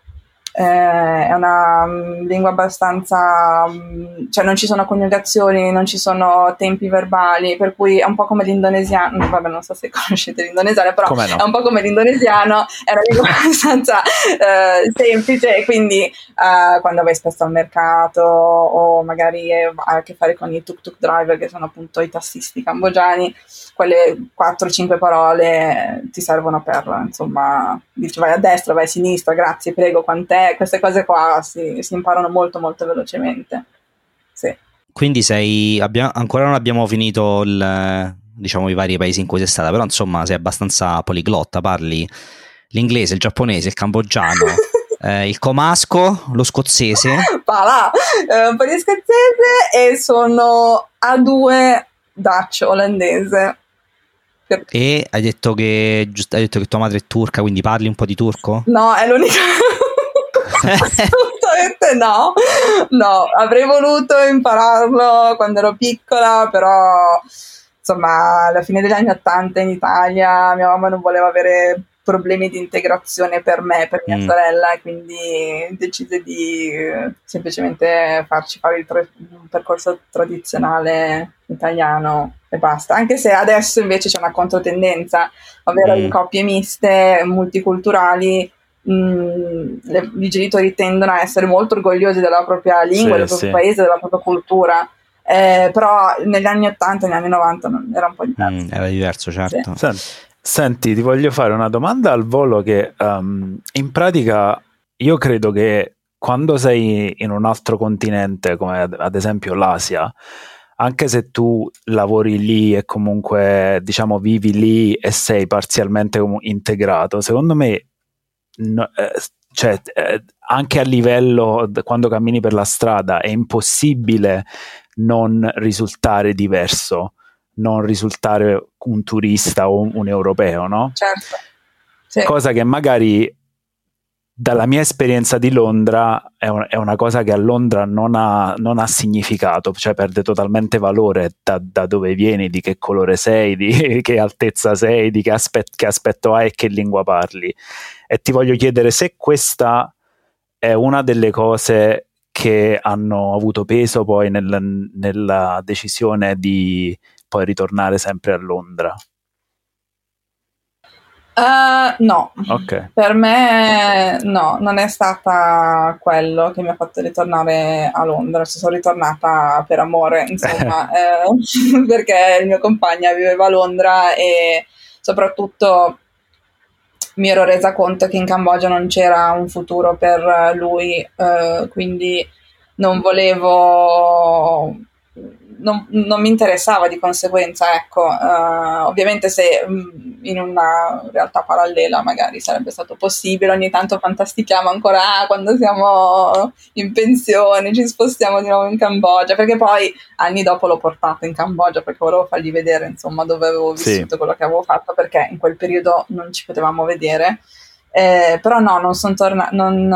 È una lingua abbastanza, cioè non ci sono coniugazioni, non ci sono tempi verbali, per cui è un po' come l'indonesiano. Vabbè, non so se conoscete l'indonesiano, però no? È un po' come l'indonesiano, è una lingua abbastanza semplice, e quindi quando vai spesso al mercato o magari hai a che fare con i tuk-tuk driver, che sono appunto i tassisti cambogiani, quelle 4-5 parole ti servono per, insomma, dici vai a destra, vai a sinistra, grazie, prego, quant'è, queste cose qua si imparano molto molto velocemente. Sì. Quindi ancora non abbiamo finito diciamo i vari paesi in cui sei stata, però insomma sei abbastanza poliglotta, parli l'inglese, il giapponese, il cambogiano, il comasco, lo scozzese. Un po' di scozzese e sono A2 Dutch olandese. E hai detto che tua madre è turca, quindi parli un po' di turco? No, è l'unica. Assolutamente no, avrei voluto impararlo quando ero piccola, però insomma alla fine degli anni '80 in Italia mia mamma non voleva avere problemi di integrazione per me, per mia sorella, e quindi decise di semplicemente farci fare un percorso tradizionale italiano e basta, anche se adesso invece c'è una controtendenza, ovvero in coppie miste multiculturali i genitori tendono a essere molto orgogliosi della propria lingua, del proprio paese, della propria cultura, però negli anni '80 negli anni '90 era un po' diverso. Era diverso, certo. Sì. Senti, ti voglio fare una domanda al volo che in pratica io credo che quando sei in un altro continente, come ad esempio l'Asia, anche se tu lavori lì e comunque diciamo vivi lì e sei parzialmente integrato, secondo me anche a livello quando cammini per la strada è impossibile non risultare diverso, non risultare un turista o un europeo, no? Certo. Sì. Cosa che magari dalla mia esperienza di Londra è una cosa che a Londra non ha significato, cioè perde totalmente valore da dove vieni, di che colore sei, di che altezza sei, di che aspetto hai e che lingua parli. E ti voglio chiedere se questa è una delle cose che hanno avuto peso poi nella decisione di poi ritornare sempre a Londra. No, okay. Per me no, non è stata quello che mi ha fatto ritornare a Londra. Sono ritornata per amore, insomma, perché il mio compagno viveva a Londra e soprattutto mi ero resa conto che in Cambogia non c'era un futuro per lui, quindi non volevo, non mi interessava di conseguenza, ecco. Ovviamente se in una realtà parallela magari sarebbe stato possibile, ogni tanto fantastichiamo ancora quando siamo in pensione ci spostiamo di nuovo in Cambogia, perché poi anni dopo l'ho portato in Cambogia perché volevo fargli vedere insomma dove avevo vissuto, quello che avevo fatto, perché in quel periodo non ci potevamo vedere. Però no, non sono tornata,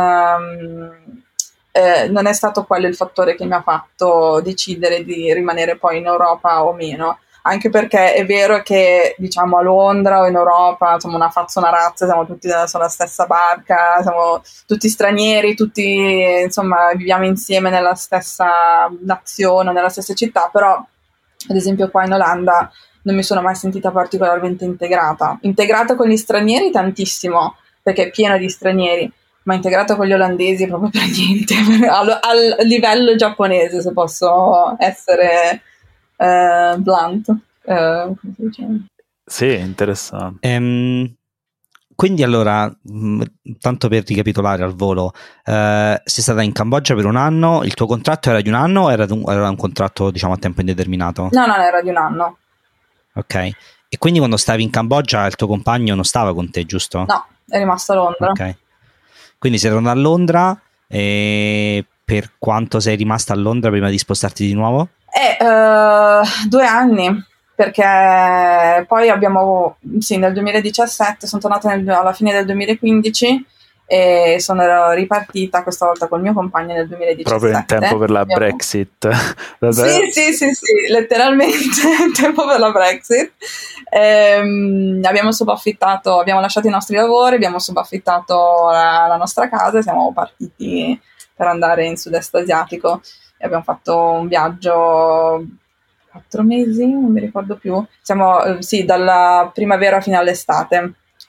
non è stato quello il fattore che mi ha fatto decidere di rimanere poi in Europa o meno, anche perché è vero che diciamo a Londra o in Europa insomma una fazza una razza, siamo tutti sulla stessa barca, siamo tutti stranieri, tutti insomma viviamo insieme nella stessa nazione, nella stessa città, però ad esempio qua in Olanda non mi sono mai sentita particolarmente integrata con gli stranieri tantissimo, perché è pieno di stranieri, ma integrato con gli olandesi proprio per niente, al livello giapponese, se posso essere blunt. Come si dice? Sì, interessante. Quindi allora, tanto per ricapitolare al volo, sei stata in Cambogia per un anno, il tuo contratto era di un anno o era un contratto diciamo a tempo indeterminato? No, era di un anno. Ok, e quindi quando stavi in Cambogia il tuo compagno non stava con te, giusto? No, è rimasto a Londra. Ok. Quindi sei tornata a Londra e per quanto sei rimasta a Londra prima di spostarti di nuovo? 2 anni, perché poi nel 2017 sono tornata alla fine del 2015 e sono ripartita questa volta col mio compagno nel 2017. Proprio in tempo per la Brexit. Sì, letteralmente in tempo per la Brexit. Abbiamo lasciato i nostri lavori, abbiamo subaffittato la nostra casa e siamo partiti per andare in sud-est asiatico e abbiamo fatto un viaggio 4 mesi, non mi ricordo più. Siamo dalla primavera fino all'estate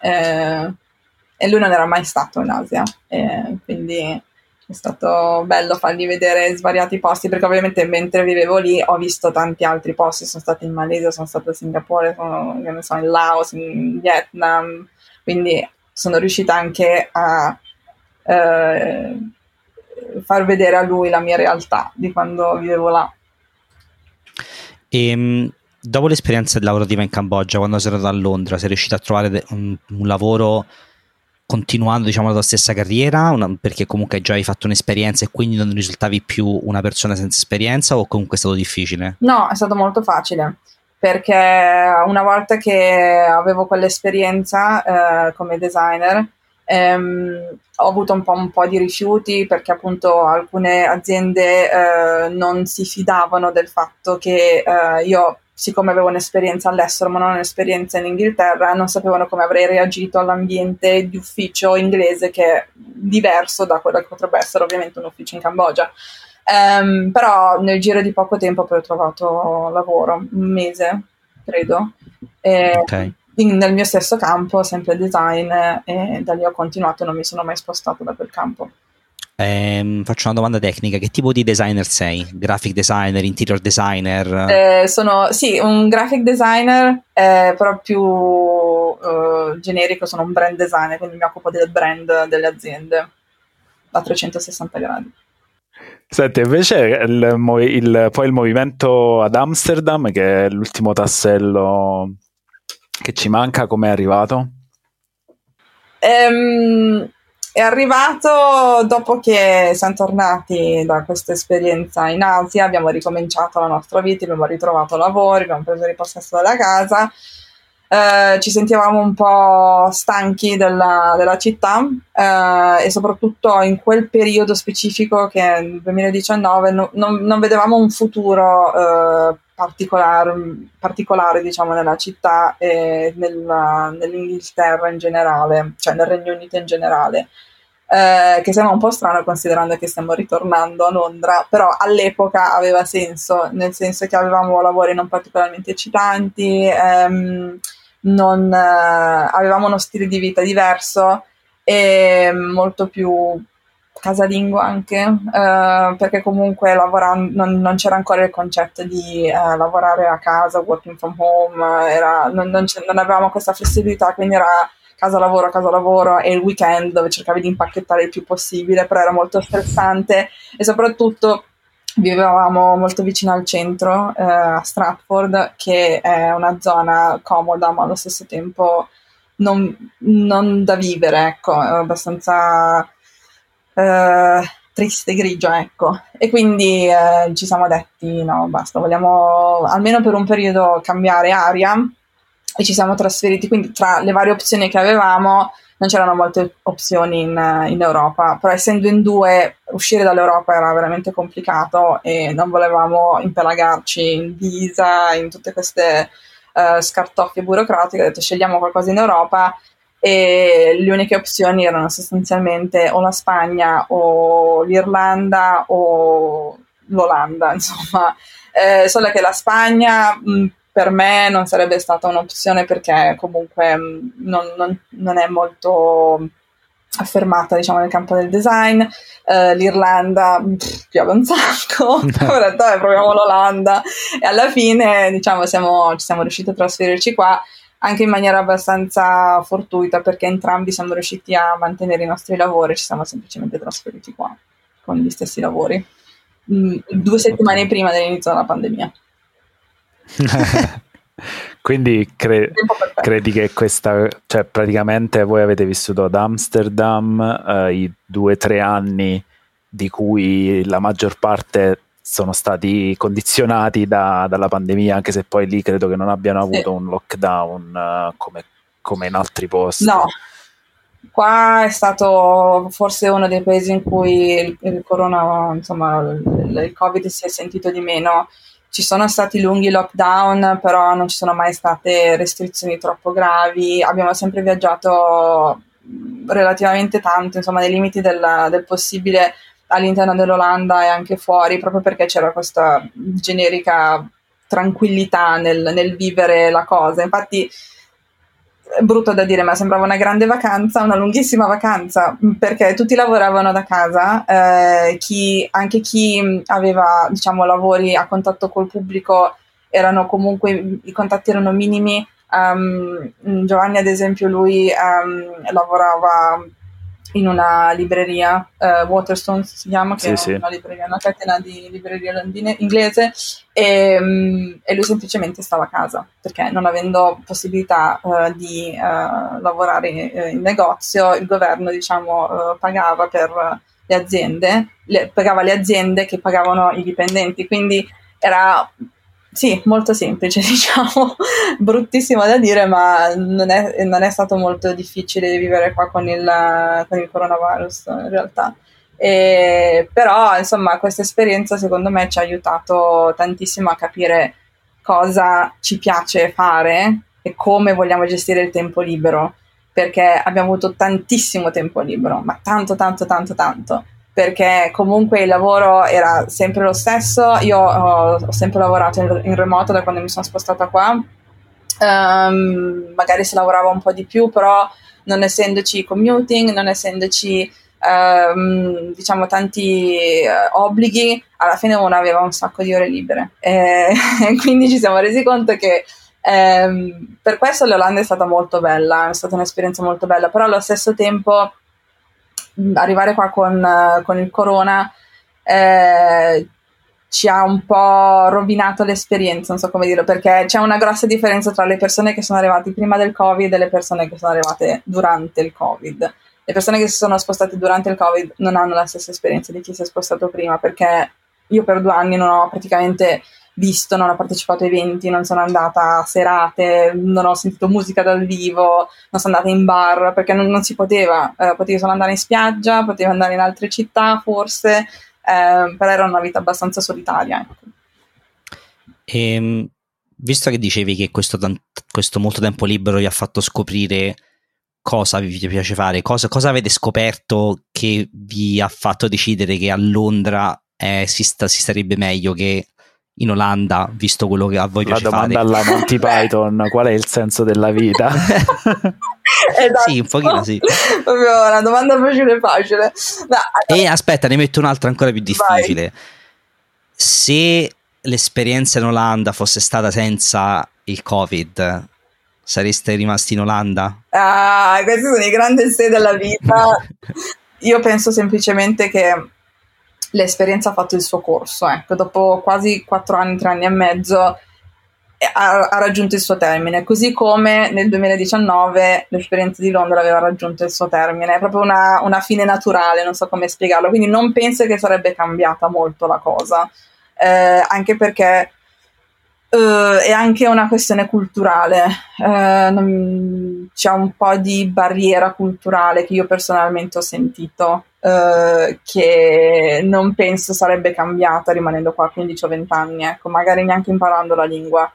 e lui non era mai stato in Asia, quindi è stato bello fargli vedere svariati posti, perché ovviamente mentre vivevo lì ho visto tanti altri posti, sono stata in Malesia, sono stata a Singapore, in Laos, in Vietnam, quindi sono riuscita anche a far vedere a lui la mia realtà di quando vivevo là. E dopo l'esperienza lavorativa in Cambogia, quando sei andata a Londra, sei riuscita a trovare un lavoro continuando diciamo la tua stessa carriera, perché comunque già hai fatto un'esperienza e quindi non risultavi più una persona senza esperienza, o comunque è stato difficile? No, è stato molto facile, perché una volta che avevo quell'esperienza come designer ho avuto un po' di rifiuti, perché appunto alcune aziende non si fidavano del fatto che io, siccome avevo un'esperienza all'estero ma non un'esperienza in Inghilterra, non sapevano come avrei reagito all'ambiente di ufficio inglese, che è diverso da quello che potrebbe essere ovviamente un ufficio in Cambogia. Però nel giro di poco tempo poi ho trovato lavoro, 1 mese credo, Ok. nel mio stesso campo, sempre design, e da lì ho continuato e non mi sono mai spostato da quel campo. Faccio una domanda tecnica: che tipo di designer sei? Graphic designer, interior designer? Sono un graphic designer, però più generico, sono un brand designer, quindi mi occupo del brand delle aziende a 360 gradi. Senti, invece poi il movimento ad Amsterdam, che è l'ultimo tassello che ci manca, com'è arrivato? È arrivato dopo che siamo tornati da questa esperienza in Asia, abbiamo ricominciato la nostra vita, abbiamo ritrovato lavoro, abbiamo preso il possesso della casa, ci sentivamo un po' stanchi della città, e soprattutto in quel periodo specifico, che è il 2019, non vedevamo un futuro particolare diciamo nella città e nell'Inghilterra in generale, cioè nel Regno Unito in generale, che sembra un po' strano considerando che stiamo ritornando a Londra, però all'epoca aveva senso, nel senso che avevamo lavori non particolarmente eccitanti, avevamo uno stile di vita diverso e molto più casalingo anche, perché comunque lavorando non c'era ancora il concetto di lavorare a casa, working from home, non avevamo questa flessibilità, quindi era casa lavoro e il weekend dove cercavi di impacchettare il più possibile, però era molto stressante e soprattutto vivevamo molto vicino al centro, a Stratford, che è una zona comoda ma allo stesso tempo non da vivere, ecco, è abbastanza triste, grigia, ecco. E quindi ci siamo detti no, basta, vogliamo almeno per un periodo cambiare aria e ci siamo trasferiti, quindi tra le varie opzioni che avevamo non c'erano molte opzioni in Europa, però essendo in due uscire dall'Europa era veramente complicato e non volevamo impelagarci in visa, in tutte queste scartoffie burocratiche. Ho detto scegliamo qualcosa in Europa e le uniche opzioni erano sostanzialmente o la Spagna o l'Irlanda o l'Olanda, insomma. Solo che la Spagna per me non sarebbe stata un'opzione perché comunque non è molto affermata, diciamo, nel campo del design. L'Irlanda piove un sacco, ho detto proviamo l'Olanda e alla fine, diciamo, ci siamo riusciti a trasferirci qua anche in maniera abbastanza fortuita perché entrambi siamo riusciti a mantenere i nostri lavori, ci siamo semplicemente trasferiti qua con gli stessi lavori 2 settimane prima dell'inizio della pandemia. Quindi credi che questa, cioè praticamente voi avete vissuto ad Amsterdam i 2-3 anni di cui la maggior parte sono stati condizionati dalla pandemia, anche se poi lì credo che non abbiano avuto un lockdown come in altri posti. No, qua è stato forse uno dei paesi in cui il corona, insomma, il Covid si è sentito di meno. Ci sono stati lunghi lockdown, però non ci sono mai state restrizioni troppo gravi. Abbiamo sempre viaggiato relativamente tanto, insomma, nei limiti del possibile all'interno dell'Olanda e anche fuori, proprio perché c'era questa generica tranquillità nel vivere la cosa. Infatti è brutto da dire, ma sembrava una grande vacanza, una lunghissima vacanza, perché tutti lavoravano da casa, anche chi aveva, diciamo, lavori a contatto col pubblico erano comunque, i contatti erano minimi. Giovanni, ad esempio, lui lavorava in una libreria, Waterstones si chiama, che sì, è una libreria, una catena di librerie inglese, e lui semplicemente stava a casa perché non avendo possibilità di lavorare in negozio, il governo, diciamo, pagava per le aziende, pagava le aziende che pagavano i dipendenti, quindi era sì, molto semplice, diciamo, bruttissimo da dire, ma non è stato molto difficile vivere qua con il coronavirus in realtà. Però, insomma, questa esperienza secondo me ci ha aiutato tantissimo a capire cosa ci piace fare e come vogliamo gestire il tempo libero, perché abbiamo avuto tantissimo tempo libero, ma tanto, perché comunque il lavoro era sempre lo stesso. Io ho sempre lavorato in remoto da quando mi sono spostata qua, magari si lavorava un po' di più, però non essendoci commuting, non essendoci diciamo tanti obblighi, alla fine uno aveva un sacco di ore libere e quindi ci siamo resi conto che per questo l'Olanda è stata molto bella, è stata un'esperienza molto bella, però allo stesso tempo arrivare qua con il corona ci ha un po' rovinato l'esperienza, non so come dirlo, perché c'è una grossa differenza tra le persone che sono arrivate prima del Covid e le persone che sono arrivate durante il Covid. Le persone che si sono spostate durante il Covid non hanno la stessa esperienza di chi si è spostato prima, perché io per 2 anni non ho praticamente visto, non ho partecipato a eventi, non sono andata a serate, non ho sentito musica dal vivo, non sono andata in bar perché non si poteva, potevi solo andare in spiaggia, potevi andare in altre città forse, però era una vita abbastanza solitaria. Ecco. Visto che dicevi che questo molto tempo libero vi ha fatto scoprire cosa vi piace fare, cosa avete scoperto che vi ha fatto decidere che a Londra si starebbe meglio che in Olanda, visto quello che a voi piace fare? La domanda alla Monty Python, qual è il senso della vita? Esatto. Sì, un pochino sì. Proprio una domanda facile. No, e aspetta, ne metto un'altra ancora più difficile. Vai. Se l'esperienza in Olanda fosse stata senza il Covid, Sareste rimasti in Olanda? Ah, questi sono i grandi sé della vita. Io penso semplicemente che l'esperienza ha fatto il suo corso, ecco, dopo quasi 4 anni, 3 anni e mezzo ha raggiunto il suo termine, così come nel 2019 l'esperienza di Londra aveva raggiunto il suo termine, è proprio una fine naturale, non so come spiegarlo, quindi non penso che sarebbe cambiata molto la cosa, anche perché è anche una questione culturale, c'è un po' di barriera culturale che io personalmente ho sentito, che non penso sarebbe cambiata rimanendo qua 15 o 20 anni, ecco, magari neanche imparando la lingua.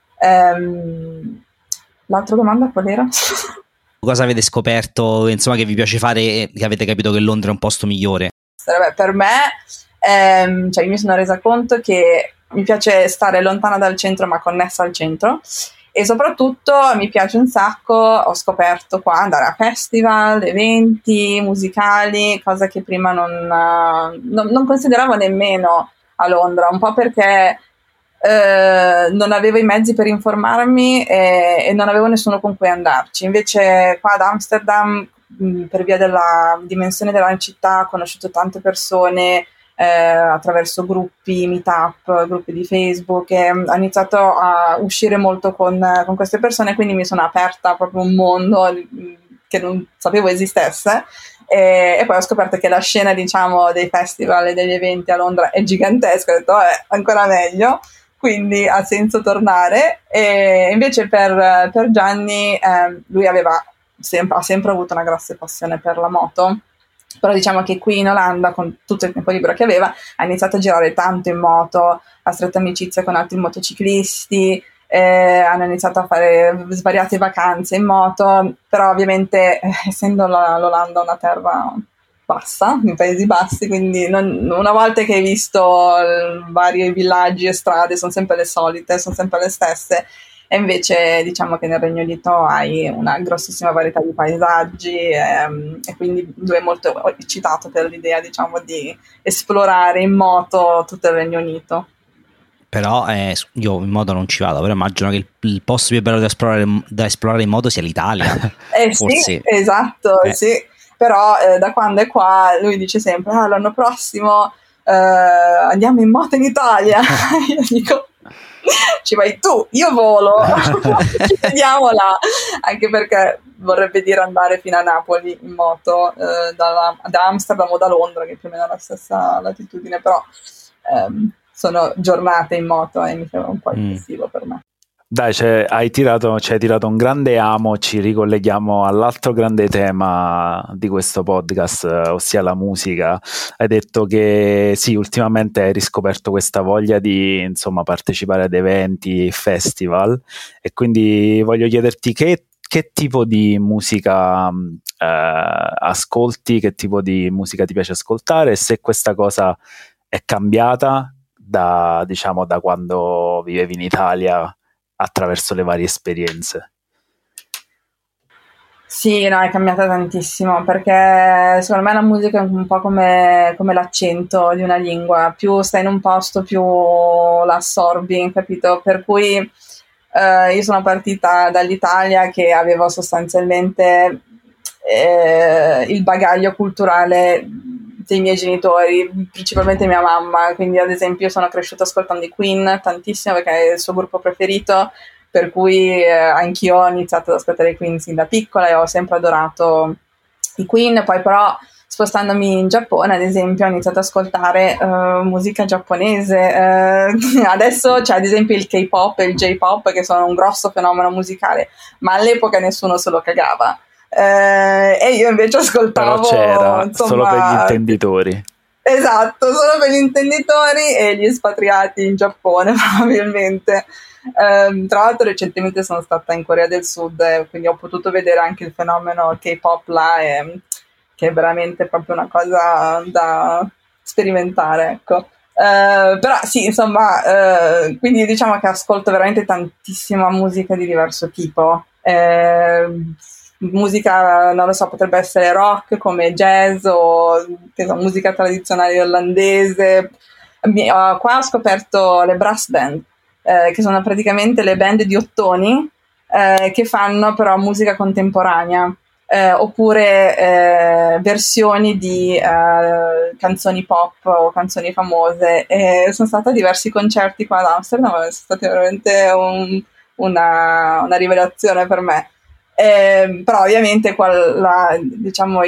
L'altra domanda qual era? Cosa avete scoperto, insomma, che vi piace fare e che avete capito che Londra è un posto migliore? Per me, cioè io mi sono resa conto che mi piace stare lontana dal centro ma connessa al centro, e soprattutto mi piace un sacco, ho scoperto qua, andare a festival, eventi musicali, cosa che prima non consideravo nemmeno a Londra, un po' perché non avevo i mezzi per informarmi e non avevo nessuno con cui andarci. Invece qua ad Amsterdam, per via della dimensione della città, ho conosciuto tante persone attraverso gruppi, meetup, gruppi di Facebook, e ho iniziato a uscire molto con queste persone, quindi mi sono aperta proprio un mondo che non sapevo esistesse. E poi ho scoperto che la scena, diciamo, dei festival e degli eventi a Londra è gigantesca, ho detto ancora meglio, quindi ha senso tornare. E invece per Gianni, lui ha sempre avuto una grossa passione per la moto, però diciamo che qui in Olanda, con tutto il tempo libero che aveva, ha iniziato a girare tanto in moto, ha stretto amicizia con altri motociclisti, hanno iniziato a fare svariate vacanze in moto, però ovviamente essendo l'Olanda una terra bassa, in Paesi Bassi, quindi una volta che hai visto vari villaggi e strade sono sempre le solite, sono sempre le stesse, e invece diciamo che nel Regno Unito hai una grossissima varietà di paesaggi, e quindi lui è molto eccitato per l'idea, diciamo, di esplorare in moto tutto il Regno Unito. Però io in moto non ci vado, però immagino che il posto più bello da esplorare in moto sia l'Italia. Forse. Sì, esatto, sì. Però da quando è qua lui dice sempre l'anno prossimo andiamo in moto in Italia. Io dico ci vai tu, io volo. Ci vediamo là, anche perché vorrebbe dire andare fino a Napoli in moto, da Amsterdam o da Londra, che più o meno è la stessa latitudine, però sono giornate in moto e mi sembra un po' eccessivo per me. Dai, ci hai tirato un grande amo, ci ricolleghiamo all'altro grande tema di questo podcast, ossia la musica. Hai detto che sì, ultimamente hai riscoperto questa voglia di, insomma, partecipare ad eventi, festival, e quindi voglio chiederti che tipo di musica ascolti, che tipo di musica ti piace ascoltare, e se questa cosa è cambiata da quando vivevi in Italia attraverso le varie esperienze. Sì, no, è cambiata tantissimo, perché secondo me la musica è un po' come l'accento di una lingua, più stai in un posto più l'assorbi, capito? Per cui io sono partita dall'Italia che avevo sostanzialmente il bagaglio culturale dei miei genitori, principalmente mia mamma, quindi ad esempio sono cresciuta ascoltando i Queen tantissimo perché è il suo gruppo preferito, per cui anch'io ho iniziato ad ascoltare i Queen sin da piccola e ho sempre adorato i Queen. Poi però spostandomi in Giappone, ad esempio, ho iniziato ad ascoltare musica giapponese, adesso c'è ad esempio il K-pop e il J-pop che sono un grosso fenomeno musicale, ma all'epoca nessuno se lo cagava. E io invece ascoltavo, però c'era, insomma, solo per gli intenditori. Esatto, solo per gli intenditori e gli espatriati in Giappone probabilmente. Tra l'altro recentemente sono stata in Corea del Sud, quindi ho potuto vedere anche il fenomeno K-pop là, che è veramente proprio una cosa da sperimentare, ecco. Però sì, insomma, quindi diciamo che ascolto veramente tantissima musica di diverso tipo. Musica, non lo so, potrebbe essere rock come jazz o musica tradizionale olandese. Qua ho scoperto le brass band, che sono praticamente le band di ottoni che fanno però musica contemporanea. Oppure versioni di canzoni pop o canzoni famose, e sono stata a diversi concerti qua ad Amsterdam, è stata veramente una rivelazione per me. Però ovviamente diciamo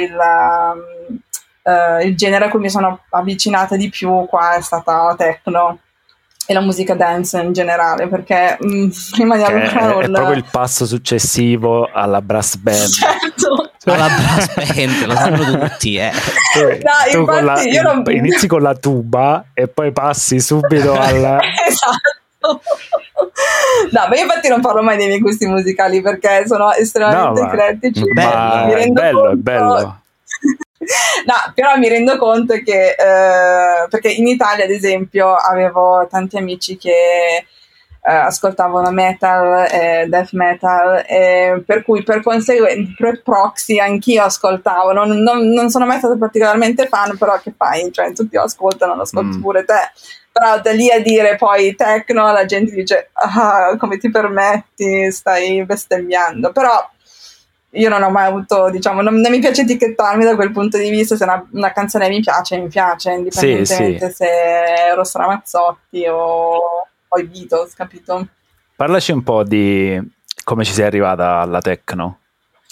il genere a cui mi sono avvicinata di più qua è stata la techno e la musica dance in generale, perché prima di è proprio il passo successivo alla brass band. Certo. Alla brass band, lo sanno tutti. Tu inizi con la tuba e poi passi subito alla... Esatto. No, ma io infatti non parlo mai dei miei gusti musicali perché sono estremamente eclettici. È bello. No, però mi rendo conto che perché in Italia, ad esempio, avevo tanti amici che ascoltavano metal, death metal, per cui per conseguenza, per proxy, anch'io ascoltavo. Non sono mai stata particolarmente fan, però che fai? Cioè, tutti lo ascoltano, lo ascolti pure te. Però da lì a dire poi techno, la gente dice come ti permetti, stai bestemmiando. Però io non ho mai avuto, diciamo, non mi piace etichettarmi da quel punto di vista. Se una canzone mi piace, indipendentemente se è Rosso Ramazzotti o i Beatles, capito? Parlaci un po' di come ci sei arrivata alla techno.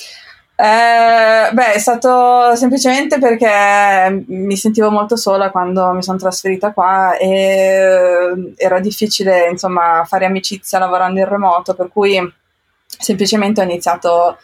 È stato semplicemente perché mi sentivo molto sola quando mi sono trasferita qua e era difficile, insomma, fare amicizia lavorando in remoto, per cui semplicemente ho iniziato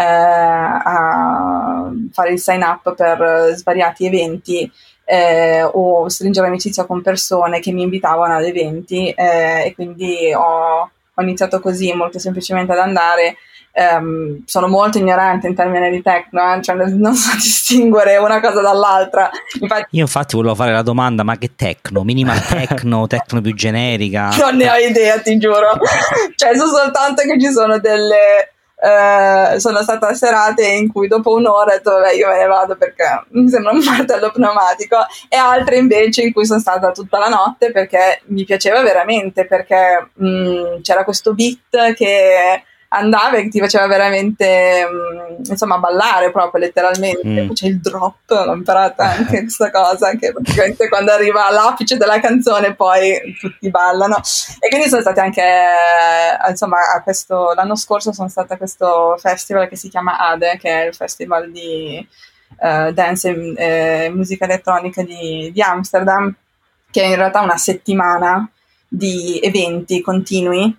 a fare il sign up per svariati eventi o stringere amicizia con persone che mi invitavano ad eventi, e quindi ho iniziato così molto semplicemente ad andare. Sono molto ignorante in termini di techno, cioè non so distinguere una cosa dall'altra. Io infatti volevo fare la domanda: ma che techno? Minimal techno, techno più generica? Non ne ho idea, ti giuro. Cioè, so soltanto che ci sono sono stata a serate in cui dopo un'ora ho detto io me ne vado perché mi sembra un martello pneumatico, e altre invece in cui sono stata tutta la notte perché mi piaceva veramente, perché c'era questo beat che andava e ti faceva veramente insomma ballare proprio letteralmente. Poi c'è il drop, l'ho imparata anche questa cosa, che praticamente quando arriva all'apice della canzone poi tutti ballano. E quindi sono state anche insomma l'anno scorso sono stata a questo festival che si chiama ADE, che è il festival di dance e musica elettronica di Amsterdam, che è in realtà una settimana di eventi continui.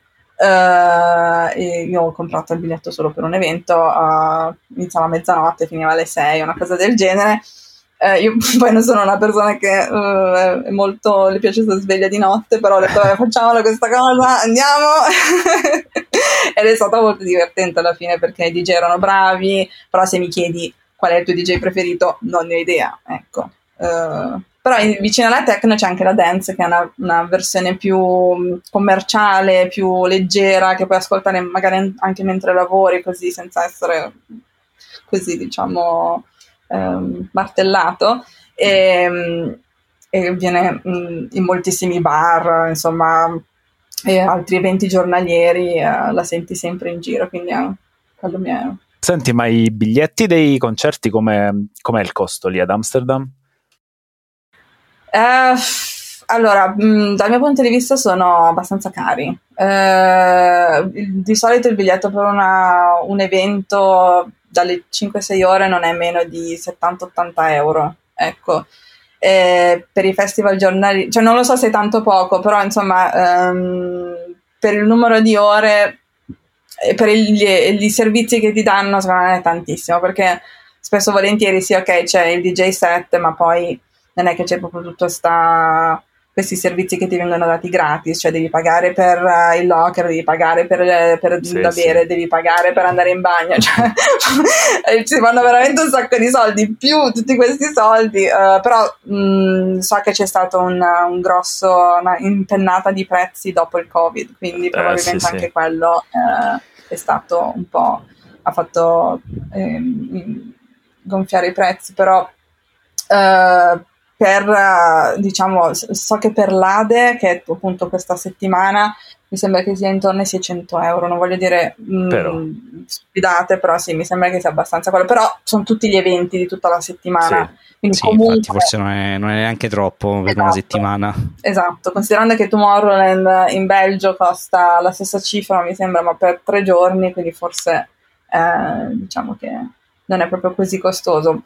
E io ho comprato il biglietto solo per un evento, iniziava a mezzanotte, finiva alle 6, una cosa del genere. Io poi non sono una persona che è molto, le piace stare sveglia di notte, però ho detto facciamolo questa cosa, andiamo. Ed è stato molto divertente alla fine perché i DJ erano bravi, però se mi chiedi qual è il tuo DJ preferito non ne ho idea, ecco. Però vicino alla techno c'è anche la dance, che è una versione più commerciale, più leggera, che puoi ascoltare magari anche mentre lavori, così senza essere così, diciamo, martellato, e viene in moltissimi bar, insomma, e altri eventi giornalieri, la senti sempre in giro, quindi quello mi è... Senti, ma i biglietti dei concerti com'è il costo lì ad Amsterdam? Allora, dal mio punto di vista sono abbastanza cari. Di solito il biglietto per un evento dalle 5-6 ore non è meno di 70-80 euro, ecco. Per i festival giornalieri, cioè non lo so se è tanto poco, però insomma per il numero di ore e per i servizi che ti danno, secondo me è tantissimo, perché spesso volentieri sì, ok, c'è il DJ set, ma poi non è che c'è proprio tutto questi servizi che ti vengono dati gratis, cioè devi pagare per il locker, devi pagare per da bere, devi pagare per andare in bagno, cioè ci vanno veramente un sacco di soldi, più tutti questi soldi, però so che c'è stato una impennata di prezzi dopo il Covid, quindi probabilmente anche quello è stato un po', ha fatto gonfiare i prezzi, però diciamo, so che per l'ADE, che è appunto questa settimana, mi sembra che sia intorno ai 600 euro, non voglio dire stupidate, però sì, mi sembra che sia abbastanza quello, però sono tutti gli eventi di tutta la settimana, quindi comunque... infatti forse non è neanche troppo per una settimana. Esatto, considerando che Tomorrowland in Belgio costa la stessa cifra, mi sembra, ma per 3 giorni, quindi forse diciamo che non è proprio così costoso.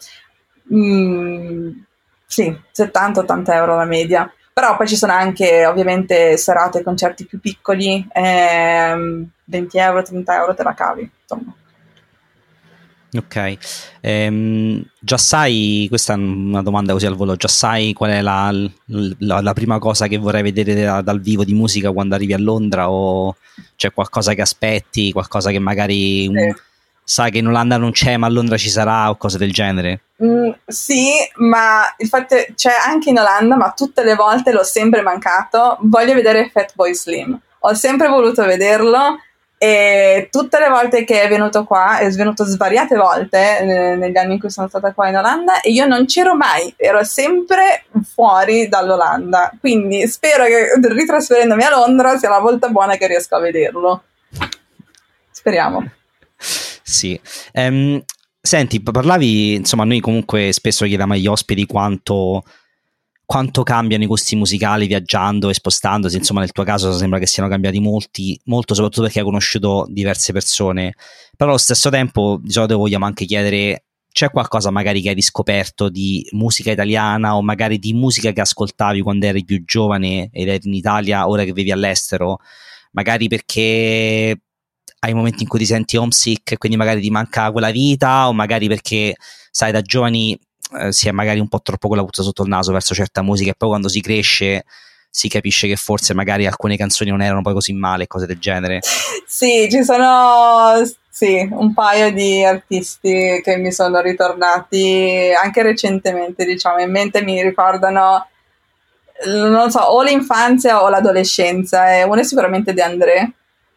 Sì, 70-80 euro la media. Però poi ci sono anche ovviamente serate e concerti più piccoli, 20 euro, 30 euro te la cavi, insomma. Ok, già sai, questa è una domanda così al volo, già sai qual è la prima cosa che vorrai vedere dal vivo di musica quando arrivi a Londra, o c'è qualcosa che aspetti, qualcosa che magari sai che in Olanda non c'è ma a Londra ci sarà o cose del genere? Sì, ma il fatto c'è anche in Olanda, ma tutte le volte l'ho sempre mancato. Voglio vedere Fatboy Slim, ho sempre voluto vederlo e tutte le volte che è venuto qua, è venuto svariate volte negli anni in cui sono stata qua in Olanda e io non c'ero mai, ero sempre fuori dall'Olanda, quindi spero che ritrasferendomi a Londra sia la volta buona che riesco a vederlo. Speriamo. Sì. Senti, parlavi, insomma, noi comunque spesso chiediamo agli ospiti quanto cambiano i gusti musicali viaggiando e spostandosi, insomma nel tuo caso sembra che siano cambiati molto, soprattutto perché hai conosciuto diverse persone, però allo stesso tempo di solito vogliamo anche chiedere, c'è qualcosa magari che hai riscoperto di musica italiana o magari di musica che ascoltavi quando eri più giovane ed eri in Italia, ora che vivi all'estero, magari perché hai momenti in cui ti senti homesick e quindi magari ti manca quella vita, o magari perché sai da giovani si è magari un po' troppo con la puzza sotto il naso verso certa musica e poi quando si cresce si capisce che forse magari alcune canzoni non erano poi così male, cose del genere. Sì, ci sono un paio di artisti che mi sono ritornati anche recentemente, diciamo, in mente, mi ricordano, non so, o l'infanzia o l'adolescenza, e uno è sicuramente De André,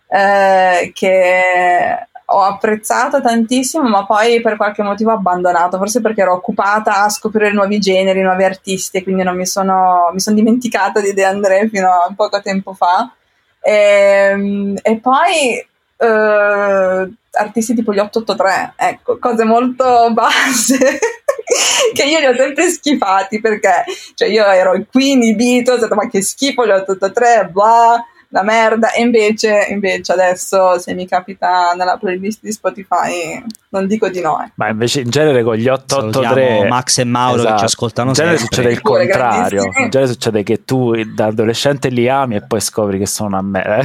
che ho apprezzato tantissimo, ma poi per qualche motivo ho abbandonato, forse perché ero occupata a scoprire nuovi generi, nuovi artisti, e quindi mi sono dimenticata di De André fino a poco tempo fa. E poi artisti tipo gli 883, ecco, cose molto base che io li ho sempre schifati, perché cioè io ero i Queen, i Beatles, ho detto ma che schifo gli 883, bla, la merda, e invece adesso se mi capita nella playlist di Spotify non dico di no. Ma invece in genere con gli 883 salutiamo Max e Mauro, esatto, che ci ascoltano in genere sempre. Succede il contrario, in genere succede che tu da adolescente li ami e poi scopri che sono a me.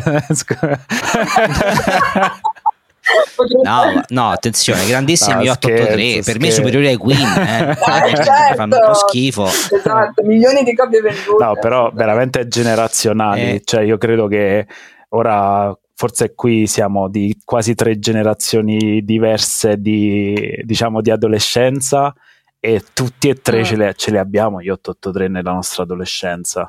No, attenzione, grandissimi 883, per me superiori ai Queen, certo. fanno un po' schifo. Esatto, milioni di copie vendute. No, però veramente generazionali, cioè io credo che ora forse qui siamo di quasi 3 generazioni diverse di, diciamo, di adolescenza, e tutti e tre ce le abbiamo gli 883 nella nostra adolescenza.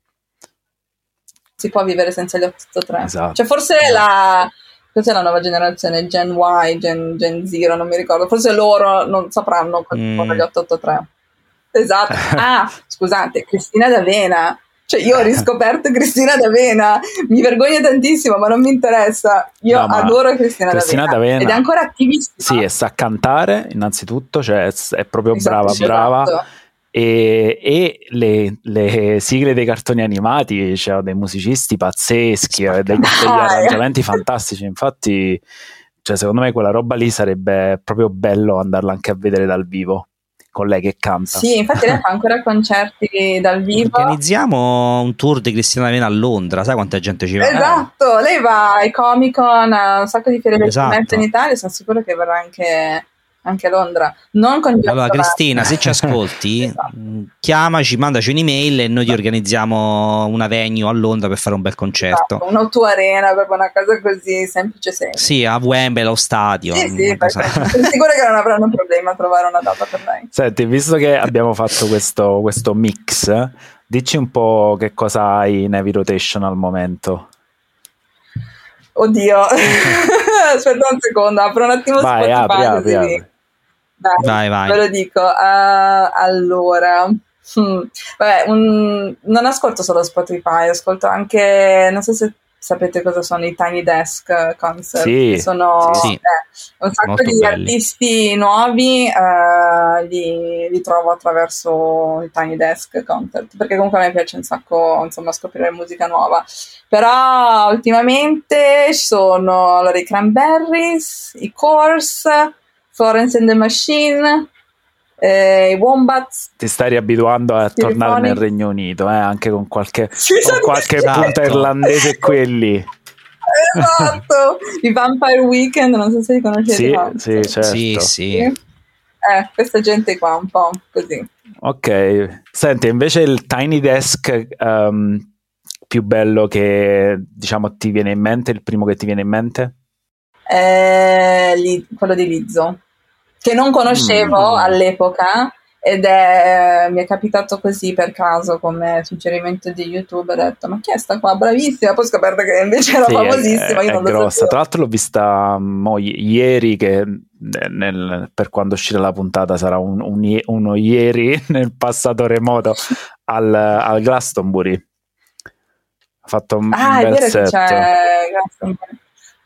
Si può vivere senza gli 883. Esatto. Cioè forse cos'è la nuova generazione? Gen Y, Gen Zero, non mi ricordo. Forse loro non sapranno cosa sono gli 883. Esatto. Ah, scusate, Cristina D'Avena. Cioè io ho riscoperto Cristina D'Avena, mi vergogno tantissimo, ma non mi interessa. Io adoro Cristina D'Avena ed è ancora attivissima. Sì, e sa cantare innanzitutto, cioè è proprio esatto, brava. Esatto. E le sigle dei cartoni animati, c'erano dei musicisti pazzeschi, degli arrangiamenti fantastici. Infatti, cioè, secondo me quella roba lì sarebbe proprio bello andarla anche a vedere dal vivo, con lei che canta. Sì, infatti lei fa ancora concerti dal vivo. Organizziamo un tour di Cristina D'Avena a Londra, sai quanta gente ci va? Esatto, lei va ai Comic-Con, a un sacco di fiere del fumetto in Italia, sono sicura che verrà anche a Londra. Non con allora Cristina, se ci ascolti, esatto, chiamaci, mandaci un'email e noi ti organizziamo una venue a Londra per fare un bel concerto. Esatto, un'O2 Arena, proprio una cosa così semplice. Sì, a Wembley, lo stadio. Sì, sono sicura che non avranno problema a trovare una data per lei. Senti, visto che abbiamo fatto questo mix, dici un po' che cosa hai in heavy rotation al momento. Oddio, aspetta un secondo, apro un attimo Spotify. Apri. Vai. Ve lo dico. Allora, vabbè, non ascolto solo Spotify, ascolto anche, non so se sapete cosa sono i Tiny Desk Concert. Sì, sono sì. Un sacco Molto di belli. artisti nuovi, li trovo attraverso i Tiny Desk Concert, perché comunque a me piace un sacco, insomma, scoprire musica nuova. Però ultimamente ci sono allora, i Cranberries, i Course, Florence and the Machine, i Wombats. ti stai riabituando a tornare nel Stereophonics. Regno Unito, anche con qualche Esatto. punta irlandese quelli. Esatto, i Vampire Weekend, non so se li conoscete. Sì, certo. Sì. Questa gente qua un po' così. Ok, senti, invece il Tiny Desk più bello che diciamo ti viene in mente, il primo che ti viene in mente? Quello di Lizzo, che non conoscevo all'epoca, ed mi è capitato così per caso come suggerimento di YouTube. Ho detto, ma chi è sta qua? Bravissima. Poi ho scoperto che invece era famosissima. Io è non lo grossa. sapevo. Tra l'altro l'ho vista ieri, che per quando uscirà la puntata sarà uno ieri nel passato remoto al Glastonbury. Ha fatto un è bel vero set. che c'è Glastonbury.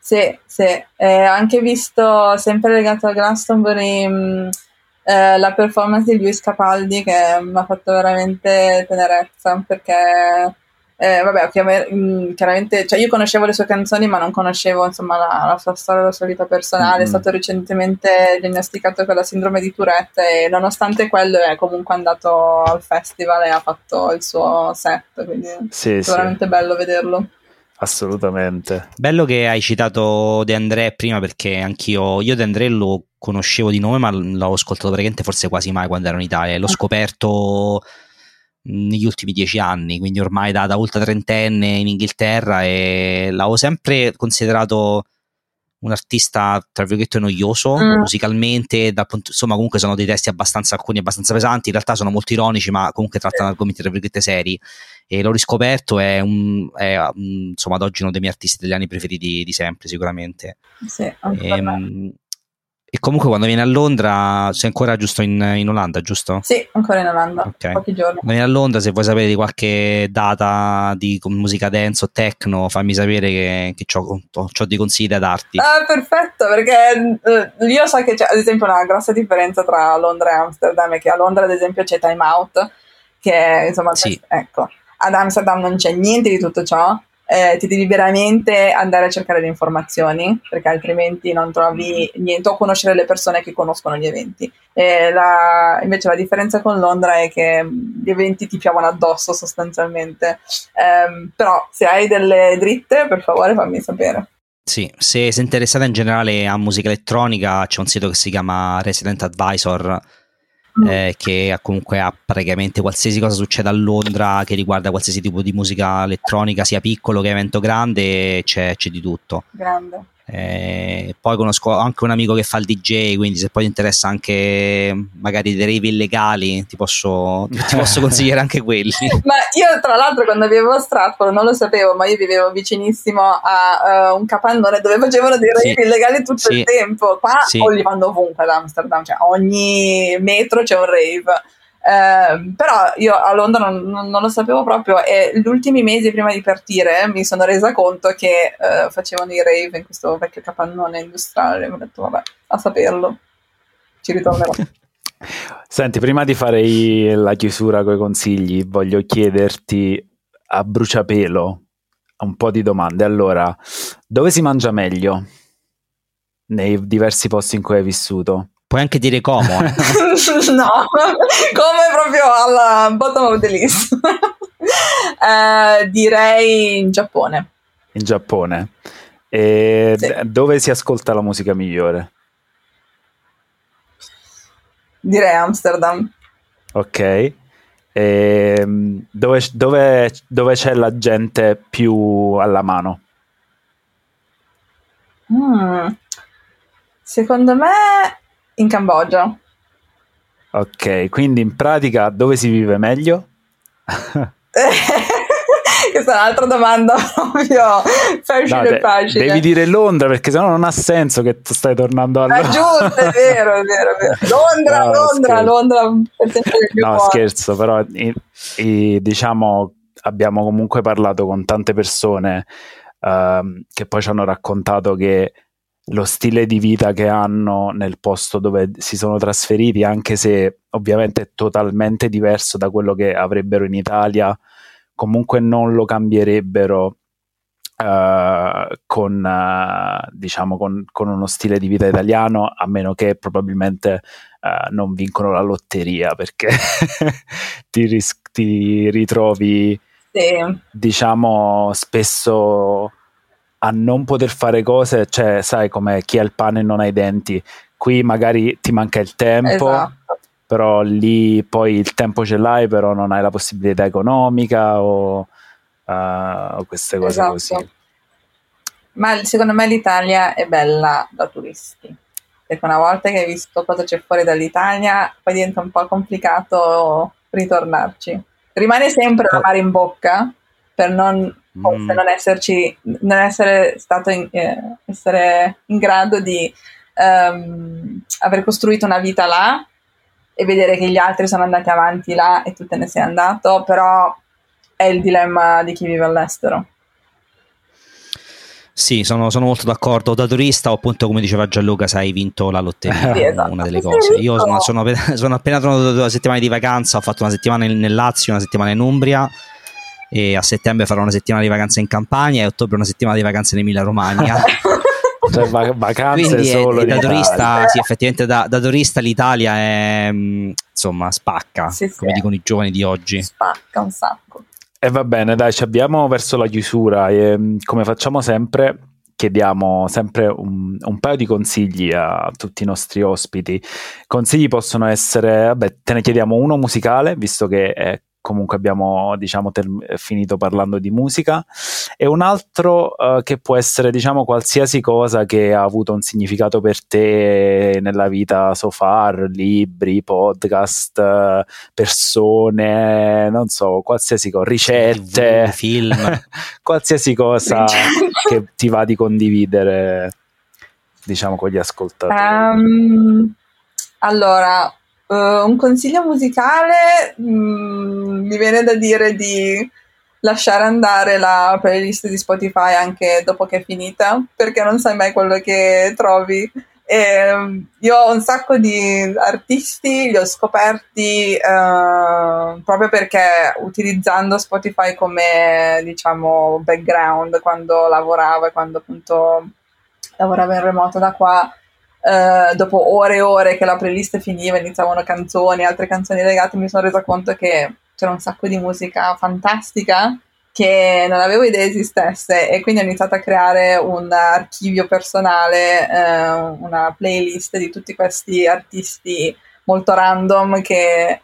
Sì. Anche visto, sempre legato a Glastonbury, la performance di Luis Capaldi, che mi ha fatto veramente tenerezza, perché vabbè, chiaramente, cioè io conoscevo le sue canzoni, ma non conoscevo insomma la sua storia, la sua vita personale. È stato recentemente diagnosticato con la sindrome di Tourette, e nonostante quello è comunque andato al festival e ha fatto il suo set, quindi è veramente bello vederlo. Assolutamente. Bello che hai citato De André prima, perché anch'io De André lo conoscevo di nome, ma l'ho ascoltato praticamente forse quasi mai quando ero in Italia. L'ho scoperto negli ultimi 10 anni, quindi ormai da ultra trentenne in Inghilterra, e l'avevo sempre considerato un artista tra virgolette noioso musicalmente, insomma comunque sono dei testi alcuni abbastanza pesanti, in realtà sono molto ironici, ma comunque trattano argomenti tra virgolette seri, e l'ho riscoperto, è insomma ad oggi uno dei miei artisti italiani preferiti di sempre sicuramente. Sì, anche per me. E comunque quando vieni a Londra, sei ancora giusto in Olanda, giusto? Sì, ancora in Olanda, pochi giorni. Quando vieni a Londra, se vuoi sapere di qualche data di musica dance o techno, fammi sapere che c'ho dei consigli da darti. Perfetto, perché io so che c'è ad esempio una grossa differenza tra Londra e Amsterdam, è che a Londra ad esempio c'è Time Out, che insomma, sì. ecco, ad Amsterdam non c'è niente di tutto ciò. Ti devi veramente andare a cercare le informazioni, perché altrimenti non trovi niente, o conoscere le persone che conoscono gli eventi. Invece la differenza con Londra è che gli eventi ti piovono addosso sostanzialmente. Però se hai delle dritte, per favore fammi sapere. Sì, se sei interessata in generale a musica elettronica, c'è un sito che si chiama Resident Advisor, che comunque ha praticamente qualsiasi cosa succede a Londra che riguarda qualsiasi tipo di musica elettronica, sia piccolo che evento grande, c'è di tutto. Grande. Poi conosco anche un amico che fa il DJ, quindi se poi ti interessa anche magari dei rave illegali, ti posso consigliare anche quelli. Ma io tra l'altro quando vivevo a Stratford non lo sapevo, ma io vivevo vicinissimo a un capannone dove facevano dei rave illegali tutto il tempo. Qua o li fanno ovunque ad Amsterdam, cioè ogni metro c'è un rave. Però io a Londra non lo sapevo proprio, e gli ultimi mesi prima di partire mi sono resa conto che facevano i rave in questo vecchio capannone industriale. Ho detto vabbè, a saperlo, ci ritornerò. Senti, prima di fare la chiusura coi consigli, voglio chiederti a bruciapelo un po' di domande. Allora, dove si mangia meglio nei diversi posti in cui hai vissuto? Puoi anche dire Como. No, come proprio alla bottom of the list. Direi in Giappone. In Giappone. E sì. Dove si ascolta la musica migliore? Direi Amsterdam. Ok. E dove c'è la gente più alla mano? Secondo me in Cambogia. Ok, quindi in pratica dove si vive meglio? Questa è un'altra domanda proprio facile. Devi dire Londra, perché sennò non ha senso che tu stai tornando a Londra. Giusto, è vero. Londra no, scherzo, però diciamo abbiamo comunque parlato con tante persone che poi ci hanno raccontato che lo stile di vita che hanno nel posto dove si sono trasferiti, anche se ovviamente è totalmente diverso da quello che avrebbero in Italia, comunque non lo cambierebbero diciamo con uno stile di vita italiano, a meno che probabilmente non vincono la lotteria, perché ti ritrovi, diciamo, spesso a non poter fare cose, cioè sai come chi ha il pane e non ha i denti. Qui magari ti manca il tempo, esatto, però lì poi il tempo ce l'hai, però non hai la possibilità economica o queste cose, esatto, così. Ma secondo me l'Italia è bella da turisti, perché una volta che hai visto cosa c'è fuori dall'Italia poi diventa un po' complicato ritornarci. Rimane sempre la mare in bocca per non essere in grado di aver costruito una vita là e vedere che gli altri sono andati avanti là e tu te ne sei andato, però è il dilemma di chi vive all'estero. Sì, sono molto d'accordo. Da turista, o appunto, come diceva Gianluca, se hai vinto la lotteria, sì, esatto, una delle cose. Io sono appena tornato da 2 settimane di vacanza, ho fatto una settimana nel Lazio, una settimana in Umbria, e a settembre farò una settimana di vacanza in Campania e a ottobre una settimana di vacanza in Emilia Romagna. Cioè, vacanze. Quindi solo da turista, sì, effettivamente da turista l'Italia è, insomma, spacca, sì, come dicono i giovani di oggi. Spacca un sacco. E va bene, dai, ci abbiamo verso la chiusura e come facciamo sempre chiediamo sempre un paio di consigli a tutti i nostri ospiti. Consigli possono essere, vabbè, te ne chiediamo uno musicale, visto che comunque abbiamo, diciamo, finito parlando di musica, e un altro che può essere, diciamo, qualsiasi cosa che ha avuto un significato per te nella vita so far, libri, podcast, persone, non so, qualsiasi cosa, ricette, TV, film, qualsiasi cosa che ti va di condividere, diciamo, con gli ascoltatori. Allora, un consiglio musicale, mi viene da dire di lasciare andare la playlist di Spotify anche dopo che è finita, perché non sai mai quello che trovi. Io ho un sacco di artisti, li ho scoperti proprio perché utilizzando Spotify come, diciamo, background quando lavoravo e quando appunto lavoravo in remoto da qua. Dopo ore e ore che la playlist finiva, iniziavano canzoni, altre canzoni legate, mi sono resa conto che c'era un sacco di musica fantastica che non avevo idea esistesse, e quindi ho iniziato a creare un archivio personale, una playlist di tutti questi artisti molto random che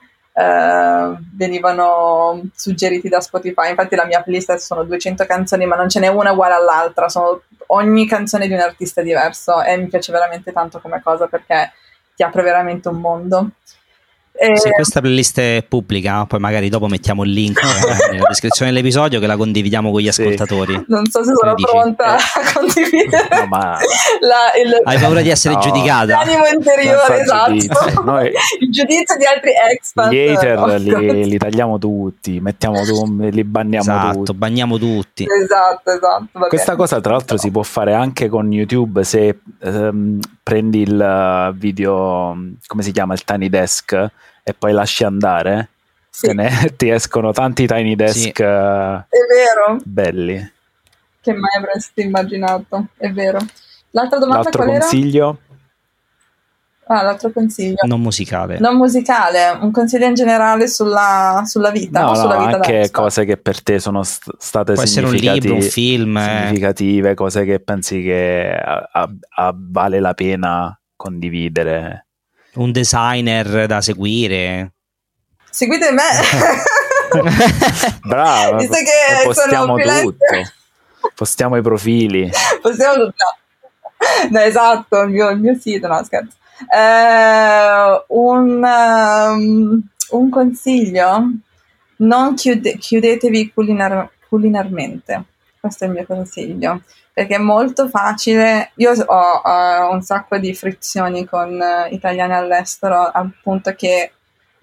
venivano suggeriti da Spotify. Infatti la mia playlist sono 200 canzoni, ma non ce n'è una uguale all'altra, sono ogni canzone di un artista diverso, e mi piace veramente tanto come cosa perché ti apre veramente un mondo. Se questa playlist è pubblica, poi magari dopo mettiamo il link nella descrizione dell'episodio, che la condividiamo con gli ascoltatori. Non so se sono pronta a condividere. No, ma hai paura di essere giudicata? L'animo interiore, esatto. Il giudizio di altri expert. Gli hater li tagliamo tutti, li banniamo tutti. Esatto, banniamo tutti. Esatto. Questa cosa tra l'altro si può fare anche con YouTube, se prendi il video, come si chiama, il Tiny Desk, e poi lasci andare, sì, ti escono tanti Tiny Desk, sì, è vero, belli, che mai avresti immaginato, è vero. L'altra domanda, l'altro qual consiglio? L'altro consiglio non musicale, un consiglio in generale sulla vita, no, sulla vita anche cose che per te sono state può essere un libro, un film, significative, cose che pensi che vale la pena condividere. Un designer da seguire. Seguite me. Bravo. Visto che postiamo tutto. Postiamo i profili. Postiamo tutto. No, esatto, il mio sito, no, scherzo. Un consiglio: non chiudetevi culinarmente. Questo è il mio consiglio, perché è molto facile. Io ho un sacco di frizioni con italiani all'estero, al punto che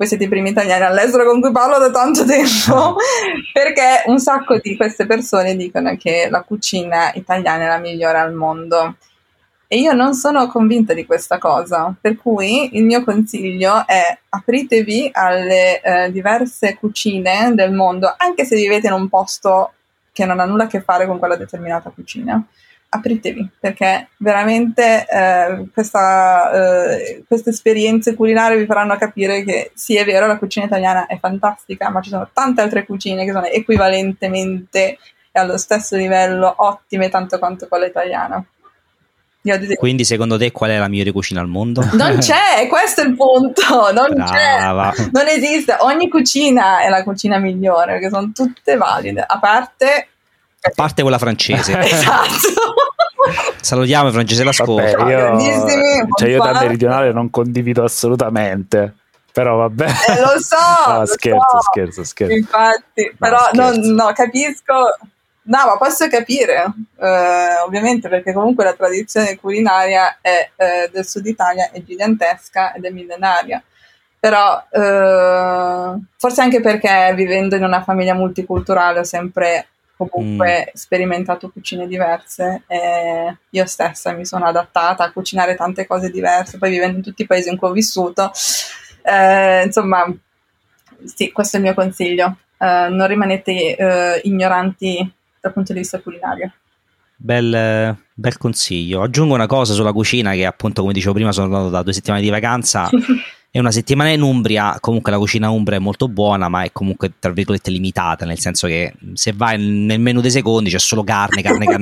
voi siete i primi italiani all'estero con cui parlo da tanto tempo, perché un sacco di queste persone dicono che la cucina italiana è la migliore al mondo. E io non sono convinta di questa cosa, per cui il mio consiglio è apritevi alle diverse cucine del mondo, anche se vivete in un posto che non ha nulla a che fare con quella determinata cucina. Apritevi, perché veramente queste esperienze culinarie vi faranno capire che sì, è vero, la cucina italiana è fantastica, ma ci sono tante altre cucine che sono equivalentemente e allo stesso livello ottime tanto quanto quella italiana. Quindi secondo te qual è la migliore cucina al mondo? Non c'è, questo è il punto, Brava. c'è, non esiste, ogni cucina è la cucina migliore, perché sono tutte valide, a parte quella francese. Esatto. Salutiamo i francesi l'ascolto. Io da meridionale non condivido assolutamente, però vabbè. Lo so, no, scherzo. Infatti, no, però no, capisco. No, ma posso capire, ovviamente, perché comunque la tradizione culinaria del sud Italia è gigantesca ed è millenaria. Però forse anche perché vivendo in una famiglia multiculturale ho sempre comunque sperimentato cucine diverse e io stessa mi sono adattata a cucinare tante cose diverse, poi vivendo in tutti i paesi in cui ho vissuto, insomma sì, questo è il mio consiglio, non rimanete ignoranti dal punto di vista culinario. Bel consiglio. Aggiungo una cosa sulla cucina, che appunto, come dicevo prima, sono andato da 2 settimane di vacanza e una settimana in Umbria. Comunque la cucina umbra è molto buona, ma è comunque tra virgolette limitata, nel senso che se vai nel menù dei secondi c'è solo carne.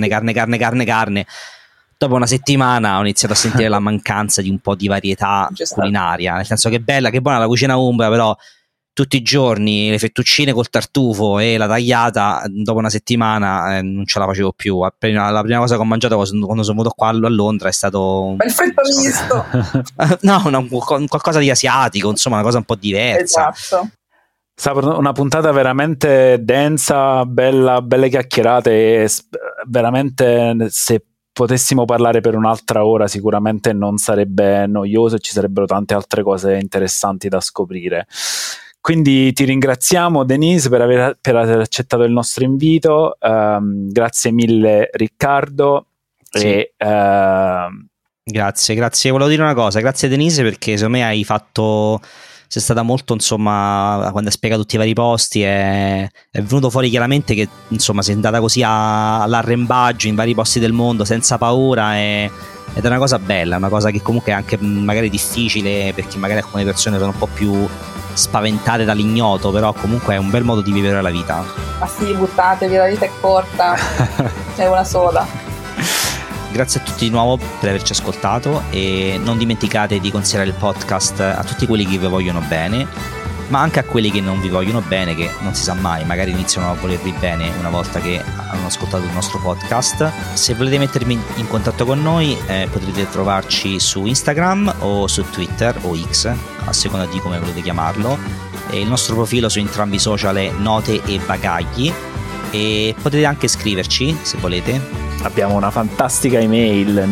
Dopo una settimana ho iniziato a sentire la mancanza di un po' di varietà culinaria, nel senso che è bella, che è buona la cucina umbra, però tutti i giorni le fettuccine col tartufo e la tagliata, dopo una settimana non ce la facevo più. La prima cosa che ho mangiato quando sono venuto qua a Londra è stato il fritto misto. no, qualcosa di asiatico, insomma una cosa un po' diversa. Esatto. Una puntata veramente densa, belle chiacchierate, e veramente se potessimo parlare per un'altra ora sicuramente non sarebbe noioso e ci sarebbero tante altre cose interessanti da scoprire. Quindi ti ringraziamo, Denise, per aver accettato il nostro invito. Grazie mille, Riccardo. Sì. Grazie. Volevo dire una cosa, grazie Denise, perché secondo me sei stata molto, insomma, quando hai spiegato tutti i vari posti è venuto fuori chiaramente che, insomma, sei andata così all'arrembaggio in vari posti del mondo senza paura, ed è una cosa bella, una cosa che comunque è anche magari difficile, perché magari alcune persone sono un po' più spaventate dall'ignoto, però comunque è un bel modo di vivere la vita. Ma sì, buttatevi, la vita è corta, è una sola. Grazie a tutti di nuovo per averci ascoltato, e non dimenticate di consigliare il podcast a tutti quelli che vi vogliono bene, ma anche a quelli che non vi vogliono bene, che non si sa mai, magari iniziano a volervi bene una volta che hanno ascoltato il nostro podcast. Se volete mettervi in contatto con noi potrete trovarci su Instagram o su Twitter o X, a seconda di come volete chiamarlo, e il nostro profilo su entrambi i social è Note e Bagagli, e potete anche scriverci se volete. Abbiamo una fantastica email,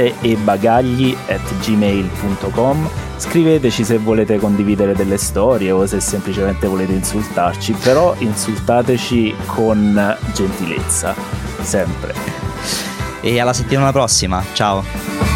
noteebagagli@gmail.com. Scriveteci se volete condividere delle storie o se semplicemente volete insultarci, però insultateci con gentilezza, sempre. E alla settimana prossima, ciao.